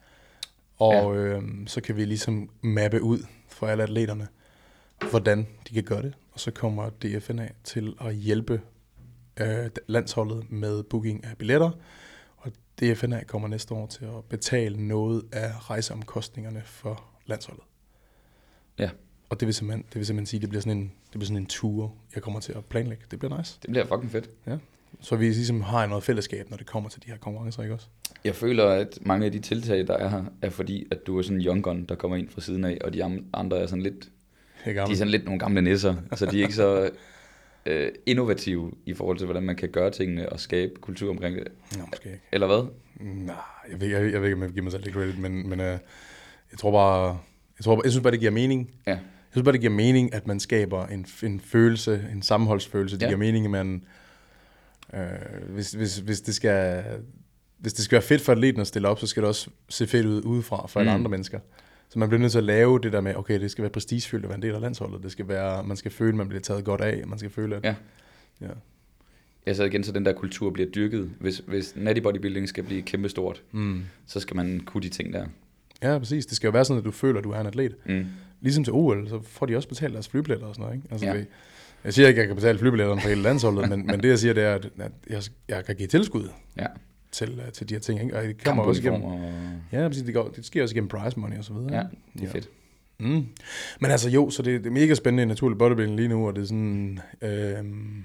Og ja. øh, så kan vi ligesom mappe ud for alle atleterne, hvordan de kan gøre det. Og så kommer D F N A til at hjælpe øh, landsholdet med booking af billetter. Og D F N A kommer næste år til at betale noget af rejseomkostningerne for landsholdet. Ja. Og det vil simpelthen, det vil simpelthen sige, at det bliver sådan en, det bliver sådan en tour, jeg kommer til at planlægge. Det bliver nice. Det bliver fucking fedt. Ja. Så vi ligesom har noget fællesskab, når det kommer til de her konkurrencer, ikke også? Jeg føler, at mange af de tiltag, der er her, er fordi, at du er sådan en young gun, der kommer ind fra siden af, og de andre er sådan lidt, de er sådan lidt nogle gamle nisser, så de er ikke så øh, innovative i forhold til, hvordan man kan gøre tingene og skabe kultur omkring det. Nå, måske ikke. Eller hvad? Nej, jeg ved, jeg, jeg ved ikke, om jeg giver mig selv det credit, men, men øh, jeg tror bare, jeg, tror bare, jeg synes bare, det giver mening. Ja. Jeg synes bare, det giver mening, at man skaber en, en følelse, en sammenholdsfølelse. Det ja. giver mening, at man, øh, hvis, hvis, hvis, det skal, hvis det skal være fedt for atleten at stille op, så skal det også se fedt ud udefra for alle mm. andre mennesker. Så man bliver nødt til at lave det der med, okay, det skal være prestigefyldt at være en del af landsholdet. Det skal være, man skal føle, at man bliver taget godt af. Man skal føle, at... Ja. Ja. Ja, så igen, så den der kultur bliver dyrket. Hvis, hvis natty bodybuilding skal blive kæmpestort, mm. så skal man kunne de ting der. Ja, præcis. Det skal jo være sådan, at du føler, at du er en atlet. Mm. Ligesom til O L, så får de også betalt deres flybilletter og sådan noget, ikke? Altså, ja. det, jeg siger ikke, at jeg kan betale flybilletterne på hele landsholdet, men, men det jeg siger, det er, at jeg, jeg kan give tilskud ja. til, til de her ting, ikke? Og det kommer også igennem... Og... Ja, præcis. Det, går, det sker også igennem prize money og så videre. Ja, det er ja. fedt. Mm. Men altså jo, så det, det er mega spændende i naturlig bodybuilding lige nu, og det er sådan... Øhm,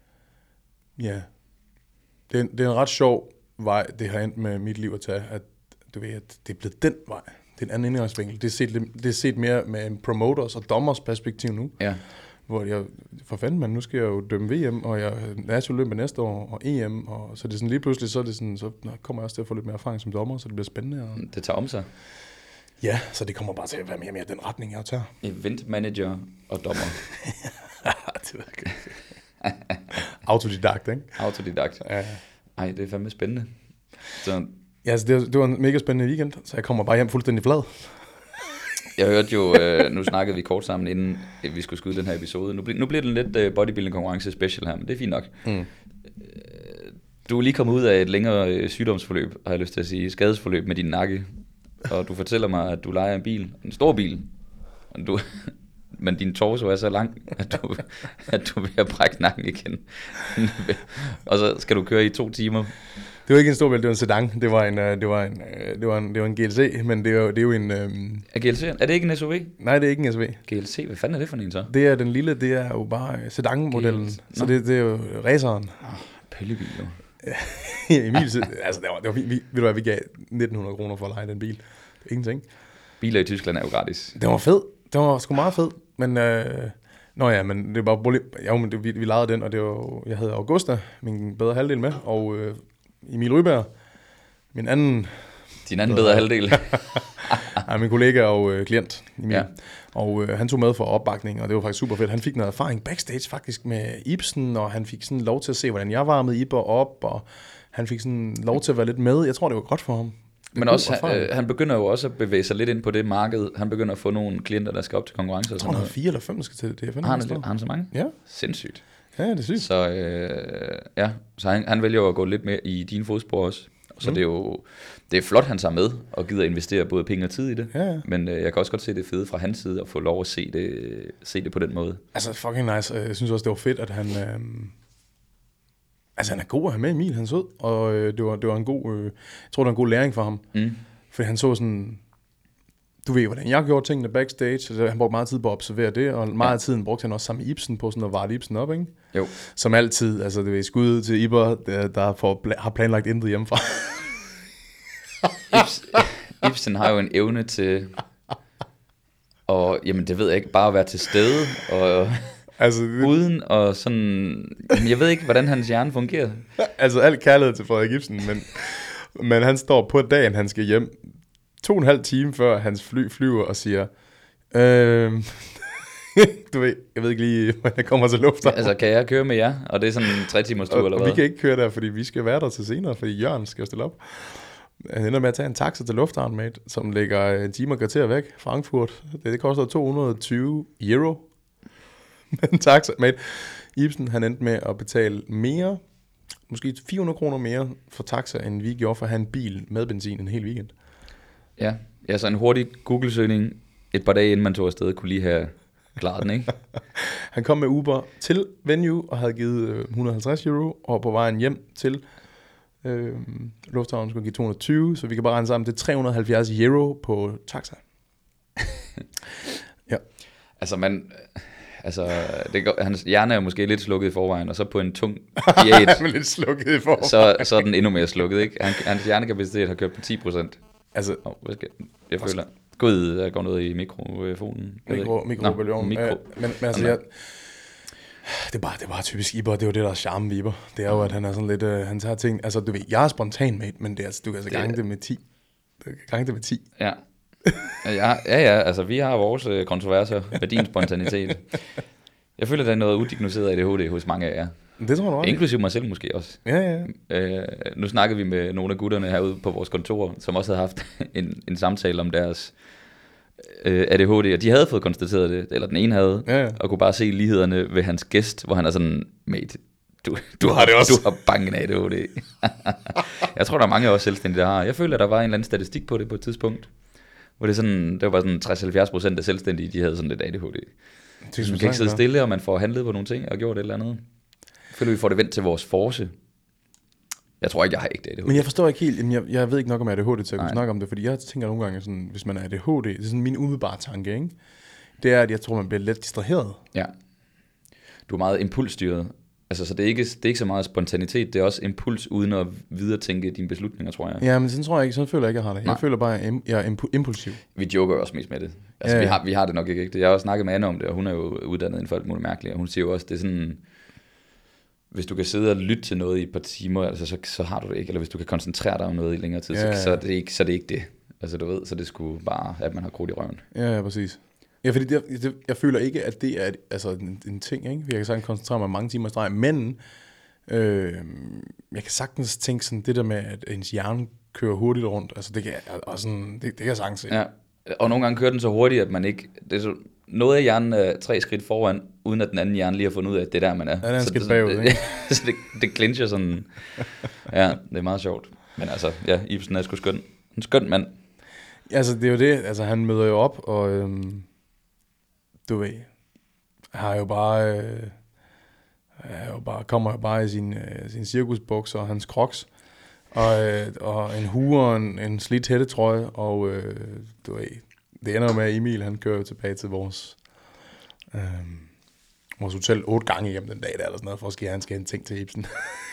ja... Det er, det er en ret sjov vej, det har endt med mit liv at tage, at du ved, at det er blevet den vej. Det er en anden indgangsvinkel. Det er set, det er set mere med en promoters og dommers perspektiv nu. Ja. Hvor jeg, for fanden man, nu skal jeg jo dømme V M, og jeg er National Olympia næste år, og E M, og så det er sådan lige pludselig, så, er det sådan, så kommer jeg også til at få lidt mere erfaring som dommer, så det bliver spændende. Og... Det tager om sig. Ja, så det kommer bare til at være mere og mere den retning, jeg tager. Event manager og dommer. Det ved jeg ikke. Autodidakt, ikke? Autodidakt. Ja. Ej, det er fandme spændende. Så... Ja, altså det, var, det var en mega spændende weekend, så jeg kommer bare hjem fuldstændig flad. Jeg hørte jo, øh, nu snakkede vi kort sammen, inden vi skulle skyde den her episode. Nu, ble, nu bliver det lidt øh, bodybuilding-konkurrence special her, men det er fint nok. Mm. Du er lige kommet ud af et længere øh, sygdomsforløb, har jeg lyst til at sige, skadesforløb med din nakke. Og du fortæller mig, at du lejer en bil, en stor bil, og du... Men din torso er så lang, at du, at du er ved at brække nakken igen. Og så skal du køre i to timer. Det var ikke en stor bil, det var en sedan. Det var en, det var en, det var en, det var en G L C, men det er jo, det er jo en... Um... Er G L C? Er det ikke en S U V? Nej, det er ikke en S U V. G L C, hvad fanden er det for en så? Det er den lille, det er jo bare sedan-modellen. Så det, det er jo raceren. Oh, pøllebil jo. Emil, altså det var, det var, vi, vi, ved du hvad, vi gav nitten hundrede kroner for at lege den bil. Det er ingenting. Biler i Tyskland er jo gratis. Det var fed. Det var sgu meget fed. Men, øh, nå ja, men det var bare, ja, men det, vi, vi lejede den, og det var, jeg havde Augusta, min bedre halvdel med, og øh, Emil Ryberg, min anden... Din anden bedre halvdel? Ja, min kollega og øh, klient, Emil. Ja. Og øh, han tog med for opbakning, og det var faktisk super fedt. Han fik noget erfaring backstage faktisk med Ibsen, og han fik sådan lov til at se, hvordan jeg varmede Iber op, og han fik sådan lov til at være lidt med. Jeg tror, det var godt for ham. Men også, han, øh, han begynder jo også at bevæge sig lidt ind på det marked. Han begynder at få nogle klienter, der skal op til konkurrencer. Jeg tror, han har fire eller fem, der skal til det. Har han, har han så mange? Ja. Sindssygt. Ja, det er sygt. Så, øh, ja. så han, han vælger jo at gå lidt mere i dine fodspor også. Så mm. det er jo det er flot, han tager med og gider investere både penge og tid i det. Ja, ja. Men øh, jeg kan også godt se det fede fra hans side at få lov at se det, se det på den måde. Altså fucking nice. Jeg synes også, det var fedt, at han... Øh... Altså han er god at have med, Emil, han er sød. Og øh, det, var, det var en god... Øh... Jeg tror, det var en god læring for ham. Mm. Fordi han så sådan... Du ved, hvordan jeg gjorde tingene backstage. Så han brugte meget tid på at observere det. Og meget ja. af tiden brugte han også sammen med Ibsen på sådan at varte Ibsen op, ikke? Jo. Som altid, altså det vil skud til Iber, der, der får, har planlagt intet hjemmefra. Ibsen, Ibsen har jo en evne til... Og jamen, det ved jeg ikke, bare at være til stede og... Altså, det... Uden og sådan... Jeg ved ikke, hvordan hans hjerne fungerer. Altså, alt kærlighed til Frederik Ibsen, men, men han står på dagen, han skal hjem, to og en halv time før hans fly flyver og siger, øh, du ved, jeg ved ikke lige, hvordan jeg kommer til lufthavn. Ja, altså, kan jeg køre med jer? Og det er sådan en tre timers tur, og, eller og hvad? vi kan ikke køre der, fordi vi skal være der til senere, fordi Jørgen skal stille op. Han ender med at tage en taxa til lufthavnen, mate, som ligger en time og kvarter væk, Frankfurt. Det, det koster to hundrede og tyve euro med en taxa. Mate, Ibsen, han endte med at betale mere, måske fire hundrede kroner mere for taxa, end vi gjorde for at have en bil med benzin en hel weekend. Ja, ja, så en hurtig Google-søgning et par dage inden man tog afsted, kunne lige have klaret den, ikke? Han kom med Uber til venue og havde givet et hundrede og halvtreds euro, og på vejen hjem til øh, lufthavnen skulle give to hundrede og tyve, så vi kan bare regne sammen til tre hundrede og halvfjerds euro på taxa. Ja. Altså, man... Altså, det går, hans hjerne er jo måske lidt slukket i forvejen, og så på en tung diæt, Han er lidt slukket i forvejen. så, så er den endnu mere slukket, ikke? Han, hans hjernekapacitet har kørt på ti procent. Altså, Oh, hvad skal, jeg føler... Gud, der går noget i mikrofonen. mikro, mikrobølgen. Mikro. Øh, men, men altså, jeg, det, er bare, det er bare typisk Iber, det er jo det, der er charme ved Iber. Det er jo, at han er sådan lidt, øh, han tager ting, altså du ved, jeg er spontan, mate, men det er, altså, du kan altså gange det, det med ti. Du kan gange det med ti. Ja. Ja, ja, ja, altså vi har vores øh, kontroverser med din spontanitet. Jeg føler, der er noget udiagnosticeret A D H D hos mange af jer. Det tror du også. Inklusive mig selv måske også. Ja, ja. Øh, nu snakkede vi med nogle af gutterne herude på vores kontor, som også havde haft en, en samtale om deres øh, A D H D, og de havde fået konstateret det, eller den ene havde, Ja, ja. og kunne bare se lighederne ved hans gæst, hvor han er sådan, mate, du, du, Du har det også. Du har bange en A D H D. Jeg tror, der er mange af os selvstændige, der har. Jeg føler, der var en eller anden statistik på det på et tidspunkt, hvor det, sådan, det var bare sådan tres til halvfjerds procent af selvstændige, de havde sådan lidt A D H D. Så man kan ikke sidde stille, og man får handlet på nogle ting og gjort et eller andet. Jeg føler, vi får det vendt til vores force. Jeg tror ikke, jeg har ikke A D H D. Men jeg forstår ikke helt, jeg, jeg ved ikke nok om A D H D til at kunne Nej. snakke om det, fordi jeg tænker nogle gange sådan, hvis man er A D H D, det er sådan min umiddelbare tanke, ikke? Det er, at jeg tror, man bliver lidt distraheret. Ja. Du er meget impulsstyret. Altså, så det er, ikke, det er ikke så meget spontanitet, det er også impuls uden at videretænke dine beslutninger, tror jeg. Ja, men sådan tror jeg ikke, sådan føler jeg ikke, jeg har det. Nej. Jeg føler bare, at jeg er, jeg er impu- impulsiv. Vi joker jo også mest med det. Altså, Ja, vi, ja. har, vi har det nok ikke. ikke? Jeg har også snakket med Anne om det, og hun er jo uddannet inden for alt muligt mærkeligt, og hun siger jo også, det er sådan, hvis du kan sidde og lytte til noget i et par timer, altså, så, så har du det ikke. Eller hvis du kan koncentrere dig om noget i længere tid, Ja, så, ja. så, er det ikke, så er det ikke det. Altså, du ved, så det skulle bare, at man har krudt i røven. Ja, ja, præcis. Ja, fordi det, det, jeg føler ikke, at det er et, altså en, en ting, ikke? Jeg kan sagtens koncentrere mig mange timer i streg, men øh, jeg kan sagtens tænke sådan, det der med, at ens hjerne kører hurtigt rundt, altså det kan, og sådan, det, det kan jeg sagtens se. Ja, og nogle gange kører den så hurtigt, at man ikke... Det er så, noget af hjernen er tre skridt foran, uden at den anden hjerne lige har fundet ud af, at det er der, man er. Ja, den er så skridt det, bagud, ikke? så det, det clincher sådan... Ja, det er meget sjovt. Men altså, ja, Ibsen er sgu skøn. En skøn mand. Altså, det er jo det, altså han møder jo op, og øhm, du ved, har jo bare, øh, er jo bare, kommer jo bare i sin, øh, sin cirkusbukser og hans crocs, og, øh, og en hue og en, en slidt hættetrøje, og øh, du ved, det ender jo med, at Emil, han kører tilbage til vores, øh, vores hotel otte gange igennem den dag, der eller sådan noget, for at ske, han skal have en ting til Ibsen.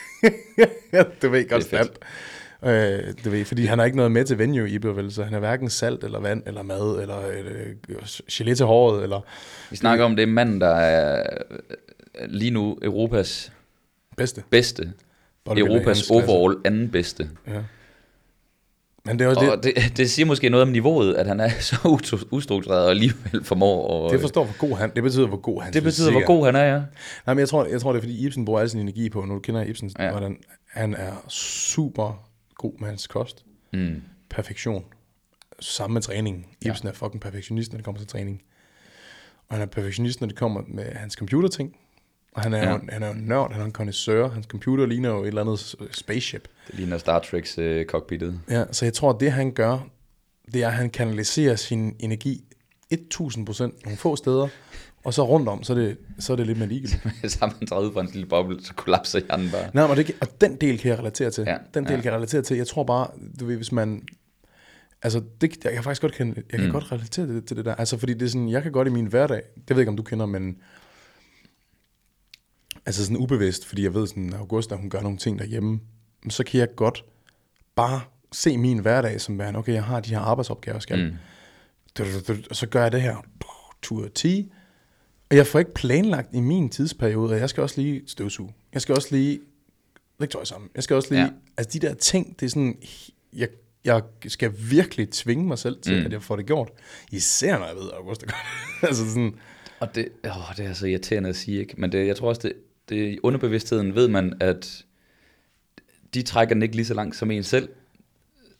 Du ved, konstant. Øh, du ved, fordi han har ikke noget med til venue i vel, så han er hverken salt eller vand eller mad eller øh, gelé til håret eller Vi snakker om det mand, der er lige nu Europas bedste. bedste. Europas overall anden bedste. Ja. Men det er også Og det, det, det siger måske noget om niveauet, at han er så ustru- ustruktureret og alligevel formår. det forstår hvor god han. Det betyder hvor god han. Det betyder, hvor god han er, ja. Nej, men jeg tror, jeg tror det er fordi Ibsen bruger al sin energi på. Når du kender Ibsen, Ja. hvordan han er super god med hans kost. Mm. Perfektion. Samme med træning. Ibsen Ja. er fucking perfektionist, når det kommer til træning. Og han er perfektionist, når det kommer med hans computerting. Og han er, Ja. jo, han er jo en nørd, han er en connoisseur. Hans computer ligner jo et eller andet spaceship. Det ligner Star Treks øh, cockpittet. Ja, så jeg tror, at det han gør, det er, at han kanaliserer sin energi tusind procent nogle få steder, og så rundt om, så er det, så er det lidt mere ligegyldigt. Sammen han træder ud fra en lille boble, så kollapser hjernen bare. Nej, men det, kan- og den del kan jeg relatere til. Ja, Den del ja. kan jeg relatere til. Jeg tror bare, du ved, hvis man... Altså, det, jeg kan faktisk godt, kan, jeg kan Mm. godt relatere til, til det der. Altså, fordi det er sådan, jeg kan godt i min hverdag, det ved jeg ikke, om du kender, men... Altså sådan ubevidst, fordi jeg ved sådan, at Augusta, hun gør nogle ting derhjemme, så kan jeg godt bare se min hverdag som værende, okay, jeg har de her arbejdsopgaver, skal Mm. du, du, du, og så gør jeg det her, to ud af ti, og jeg får ikke planlagt i min tidsperiode, at jeg skal også lige støvsuge, jeg skal også lige lægge tøj sammen, jeg skal også lige, Ja. altså de der ting, det er sådan, jeg, jeg skal virkelig tvinge mig selv til, Mm. mm. at jeg får det gjort, især når jeg ved, at Augusta gør det. Altså sådan, Og det, åh, det er så irriterende at sige, ikke? Men det, jeg tror også, det, det i underbevidstheden ved man, at de trækker den ikke lige så langt som en selv.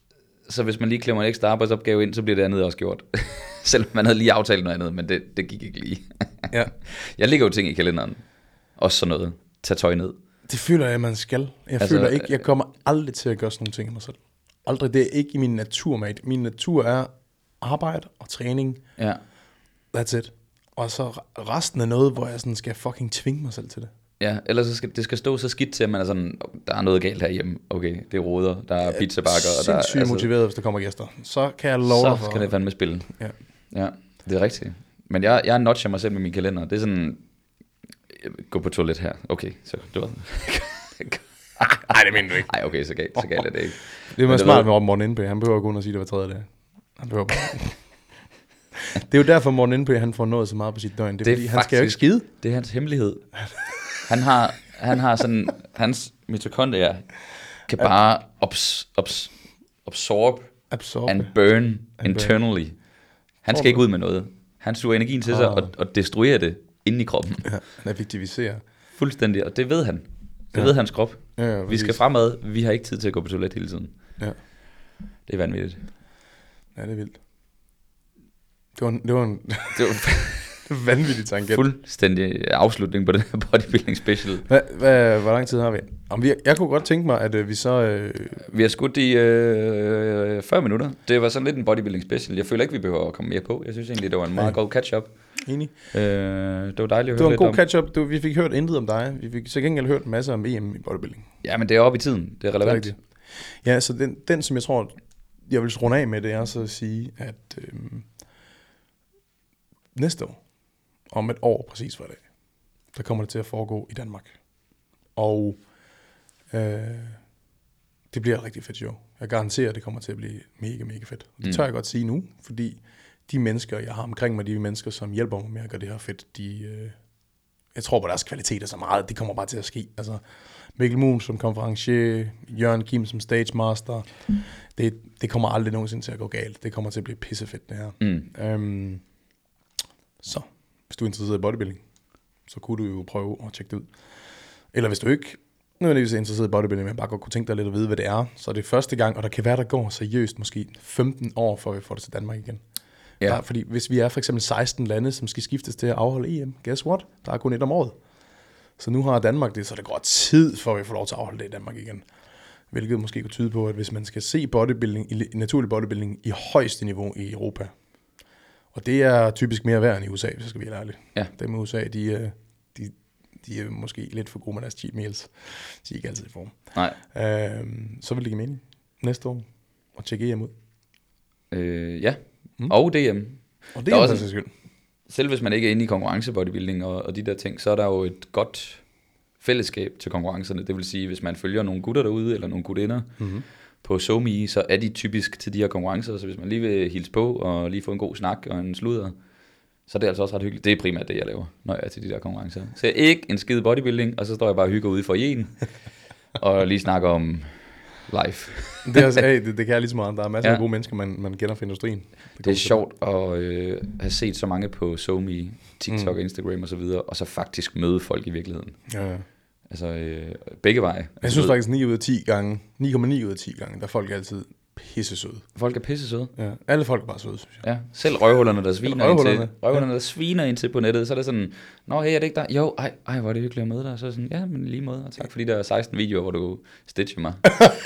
så hvis man lige klemmer en ekstra arbejdsopgave ind, så bliver det andet også gjort. Selvom man havde lige aftalt noget andet, men det, det gik ikke lige. Ja. Jeg lægger jo ting i kalenderen. Også sådan noget. Tag tøj ned. Det føler jeg, man skal. Jeg altså, føler ikke, jeg kommer aldrig til at gøre sådan nogle ting af mig selv. Aldrig. Det er ikke i min natur, mate. Min natur er arbejde og træning. Ja. That's it. Og så resten af noget, hvor jeg sådan skal fucking tvinge mig selv til det. Ja, ellers så skal, det skal stå så skidt til, at man er sådan, der er noget galt herhjemme. Okay, det er roder, der er pizzabakker. Og der er sindssygt altså, motiveret, hvis der kommer gæster. Så kan jeg love dig for. Så skal det fandme spille. Ja. Ja, det er rigtigt. Men jeg, jeg notcher mig selv med min kalender. Det er sådan, gå på toilet her. Okay, så du ved. Nej, det mener du ikke. Nej, okay, så galt, så galt er det ikke. Det var smart med Morten Indbø. Han behøver kun at sige, det var tredje dag. Han behøver Det er jo derfor, Morten Indbø, han får nået så meget på sit døgn. Det er, det er fordi, faktisk, han skal jo ikke skide. Det er hans hemmelighed. Han har, han har sådan, hans mitokondrier kan bare obs, obs, absorb, absorb and burn and internally. Burn. Han skal ikke ud med noget. Han suger energien til ah. sig og, og destruerer det inde i kroppen. Ja, han effektiviserer. Fuldstændig, og det ved han. Det ja. ved hans krop. Ja, ja, vi skal fremad, vi har ikke tid til at gå på toilet hele tiden. Ja. Det er vanvittigt. Ja, det er vildt. Det var en, det var en det var vanvittig tangent. Fuldstændig afslutning på den her bodybuilding special. Hvad, hvad, hvor lang tid har vi? Om vi jeg kunne godt tænke mig, at øh, vi så... Øh... Vi har skudt i øh, fyrre minutter. Det var sådan lidt en bodybuilding special. Jeg føler ikke, vi behøver at komme mere på. Jeg synes egentlig, det var en meget ja. god catch-up. Enig. Øh, det var dejligt at høre lidt om. Det var en god catch-up. Du, vi fik hørt intet om dig. Vi fik så gengæld hørt masser om E M i bodybuilding. Ja, men det er oppe i tiden. Det er relevant. Det er ja, så den, den, som jeg tror, jeg vil runde af med, det er så at sige, at... Øh, næste år, om et år præcis for i dag, der kommer det til at foregå i Danmark. Og øh, det bliver et rigtig fedt show. Jeg garanterer, at det kommer til at blive mega, mega fedt. Og det mm. tør jeg godt sige nu, fordi de mennesker, jeg har omkring mig, de mennesker, som hjælper mig med at gøre det her fedt, de, øh, jeg tror på deres kvalitet er så meget, det kommer bare til at ske. Altså, Mikkel Moon som konferencier, Jørgen Kim som stage master, det, det kommer aldrig nogensinde til at gå galt. Det kommer til at blive pissefedt, det her. Mm. Øhm, Så, hvis du er interesseret i bodybuilding, så kunne du jo prøve at tjekke det ud. Eller hvis du ikke nødvendigvis er interesseret i bodybuilding, men bare godt kunne tænke dig lidt at vide, hvad det er, så er det første gang, og der kan være, der går seriøst måske femten år, før vi får det til Danmark igen. Ja. Der, fordi hvis vi er for eksempel seksten lande, som skal skiftes til at afholde E M, guess what? Der er kun et om året. Så nu har Danmark det, så det går tid, for vi får lov til at afholde det i Danmark igen. Hvilket måske kunne tyde på, at hvis man skal se bodybuilding, naturlig bodybuilding i højeste niveau i Europa, og det er typisk mere værd end i U S A, hvis jeg skal være ærlig. Ja. Dem i U S A, de, de, de er måske lidt for gode med deres cheat meals. De er ikke altid i form. Nej. Øhm, så vil det give mening næste år at tjekke E M ud. Øh, ja, mm. og D M. Og det er også skyld. Selv hvis man ikke er inde i konkurrencebodybuilding og, og de der ting, så er der jo et godt fællesskab til konkurrencerne. Det vil sige, hvis man følger nogle gutter derude, eller nogle gutinder, mm-hmm. på SoMe, så er de typisk til de her konkurrencer, så hvis man lige vil hilse på, og lige få en god snak og en sludder, så er det altså også ret hyggeligt. Det er primært det, jeg laver, når jeg er til de der konkurrencer. Så jeg er ikke en skide bodybuilding, og så står jeg bare og hygger ude for en, og lige snakker om life. Det er også, hey, det, det kan jeg lige så meget. Der er masser ja. af gode mennesker, man, man kender fra industrien. Det, det er sjovt at øh, have set så mange på SoMe, TikTok, mm. Instagram og så videre, og så faktisk møde folk i virkeligheden. Ja, ja. Altså øh, begge veje. Jeg synes faktisk ni ud af ti gange, ni komma ni ud af ti gange, der er folk altid pisse søde. Folk er pisse søde. Ja, alle folk er bare søde, synes jeg. Ja, selv røvhullerne, der sviner ind til, røvhullerne, ja. der sviner ind til på nettet, så er det sådan, nå, hey, er det ikke der? Jo, ej, ej, hvor er det hyggeligt at møde dig. Så er det sådan, ja, men lige måde, og tak for de der seksten videoer, hvor du stitcher mig.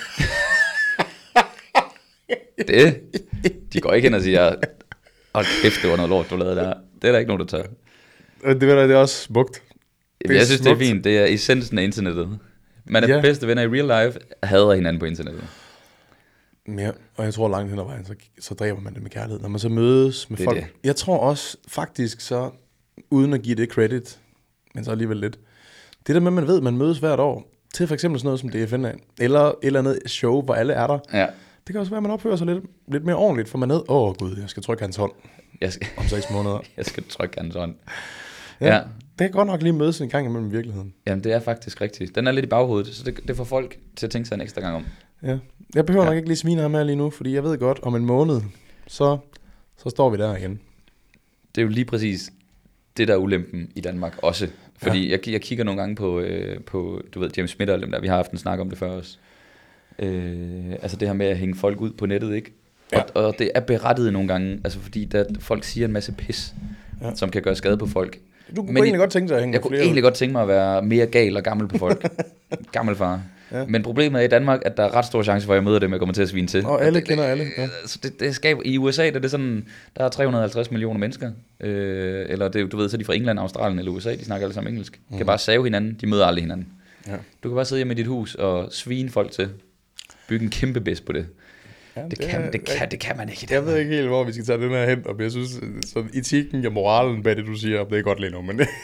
det, de går ikke hen og siger, hold kæft, det var noget lort, du lavede der. Det er der ikke nogen, der tør. Det, det er også smukt. Det jeg synes, smukt. Det er fint. Det er essensen af internettet. Man er ja. bedste venner i real life, hader hinanden på internettet. Ja, og jeg tror langt hen ad vejen, så, så dræber man det med kærlighed. Når man så mødes med det folk. Det. Jeg tror også faktisk så, uden at give det credit, men så alligevel lidt. Det der med, man ved, man mødes hvert år, til for eksempel sådan noget som D F N A, eller et eller andet show, hvor alle er der. Ja. Det kan også være, at man opfører sig lidt, lidt mere ordentligt, for man ned, åh oh, gud, jeg skal trykke hans hånd jeg skal, om seks måneder. jeg skal trykke hans hånd. Ja, ja. Det kan godt nok lige mødes en gang imellem virkeligheden. Jamen, det er faktisk rigtigt. Den er lidt i baghovedet, så det, det får folk til at tænke sig en ekstra gang om. Ja, jeg behøver ja. nok ikke lige svine ham her lige nu, fordi jeg ved godt, om en måned, så, så står vi der igen. Det er jo lige præcis det, der er ulempen i Danmark også. Fordi ja. jeg, jeg kigger nogle gange på, øh, på, du ved, James Smith og dem der, vi har haft en snak om det før også. Øh, altså det her med at hænge folk ud på nettet, ikke? Ja. Og, og det er berettiget nogle gange, altså fordi der, folk siger en masse pis, ja. som kan gøre skade på folk. Du kunne Men egentlig godt tænke dig at hænge Jeg kunne egentlig godt tænke mig at være mere gal og gammel på folk. Gammel far. Ja. Men problemet er i Danmark, at der er ret stor chance for, at jeg møder dem, jeg kommer til at svine til. Og alle det, kender alle. Ja. Så det, det skaber, i U S A, der er det sådan, der er tre hundrede og halvtreds millioner mennesker. Øh, eller det, du ved, så er de fra England, Australien eller U S A, de snakker alle sammen engelsk. De mm. kan bare save hinanden, de møder aldrig hinanden. Ja. Du kan bare sidde hjemme i dit hus og svine folk til. Bygge en kæmpe bedst på det. Ja, det, det, kan, er, det, kan, det kan man ikke. Jeg ved ikke helt, hvor vi skal tage den her hen, og jeg synes, sådan etikken og moralen bag det, du siger, det er godt lige nu, men det...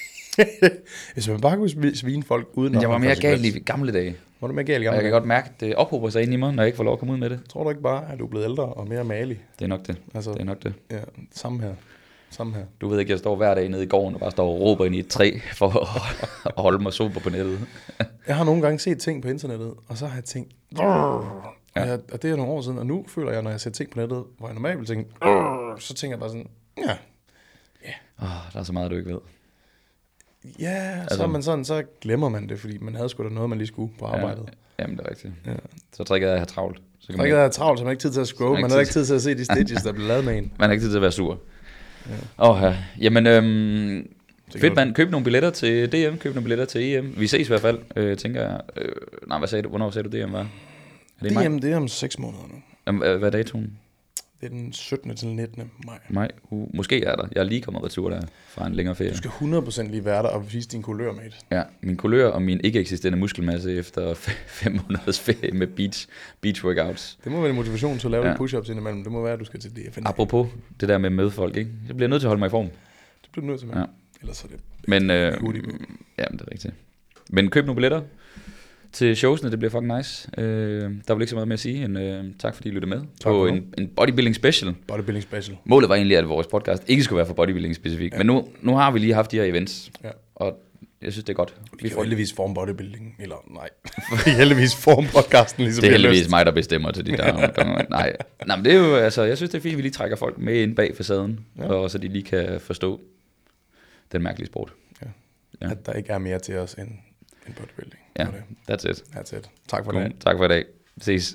Hvis man bare kunne svine folk uden... Jeg var mere gal i gamle dage. Var du mere gal i gamle dage? Jeg kan godt mærke, at det ophober sig ind i mig, når jeg ikke får lov at komme ud med det. Tror du ikke bare, at du er blevet ældre og mere malig? Det er nok det. Altså, det er nok det. Ja, samme her. Samme her. Du ved ikke, jeg står hver dag nede i gården og bare står og råber ind i et træ for at holde mig sober på nettet. Jeg har nogle gange set ting på internettet, og så har jeg tænkt... Ja. Og, jeg, og det er nogle år siden, og nu føler jeg, når jeg ser ting på nettet, hvor jeg normalt vil tænke... Så tænker jeg bare sådan... Ja. Yeah. Oh, der er så meget, du ikke ved. Ja, altså, så, er man sådan, så glemmer man det, fordi man havde sgu da noget, man lige skulle på arbejdet. Ja, jamen, det er rigtigt. Ja. Så trækker jeg at have travlt. Så kan man ikke have travlt, så man har ikke tid til at scrolle, man har ikke tid til at se de stitches, der bliver lavet med en. Man har ikke tid til at være sur. Ja. Oh, ja. Jamen, øhm, fedt mand. Køb nogle billetter til D M, køb nogle billetter til E M. Vi ses i hvert fald, øh, tænker jeg. Øh, nej, hvad sagde du? Hvornår sagde du D M var? Er det D M, det er om seks måneder nu. Jamen, hvad, hvad er datoen? Det er den syttende til nittende maj. Maj? Uh, måske er der. Jeg er lige kommet retur der fra en længere ferie. Du skal hundrede procent lige være der og vise din kulør, mate. Ja, min kulør og min ikke eksisterende muskelmasse efter fem måneders ferie med beach, beach workouts. Det må være en motivation til at lave ja. lidt push-ups indimellem. Det må være, at du skal til D F N. Apropos det der med mødfolk, ikke? Jeg bliver nødt til at holde mig i form. Det bliver du nødt til, med. Ja. Ellers er det... Men, øh, ja, det er rigtigt. Men køb nogle billetter til showsene, det bliver fucking nice. Øh, der var ikke så meget mere at sige, end øh, tak fordi I lyttede med tak på en, en bodybuilding special. Bodybuilding special. Målet var egentlig, at vores podcast ikke skulle være for bodybuilding specifikt, ja. men nu, nu har vi lige haft de her events, ja. og jeg synes, det er godt. Vi, vi får heldigvis form bodybuilding, eller nej, vi heldigvis form podcasten, ligesom det er heldigvis lyst. Mig, der bestemmer til de der. der nej. nej, men det er jo, altså, jeg synes, det er fint, at vi lige trækker folk med ind bag facaden, ja. og så de lige kan forstå den mærkelige sport. Ja. Ja. At der ikke er mere til os end, end bodybuilding. Ja, that's it. That's it. Tak for cool. det. Tak for i dag. Ses.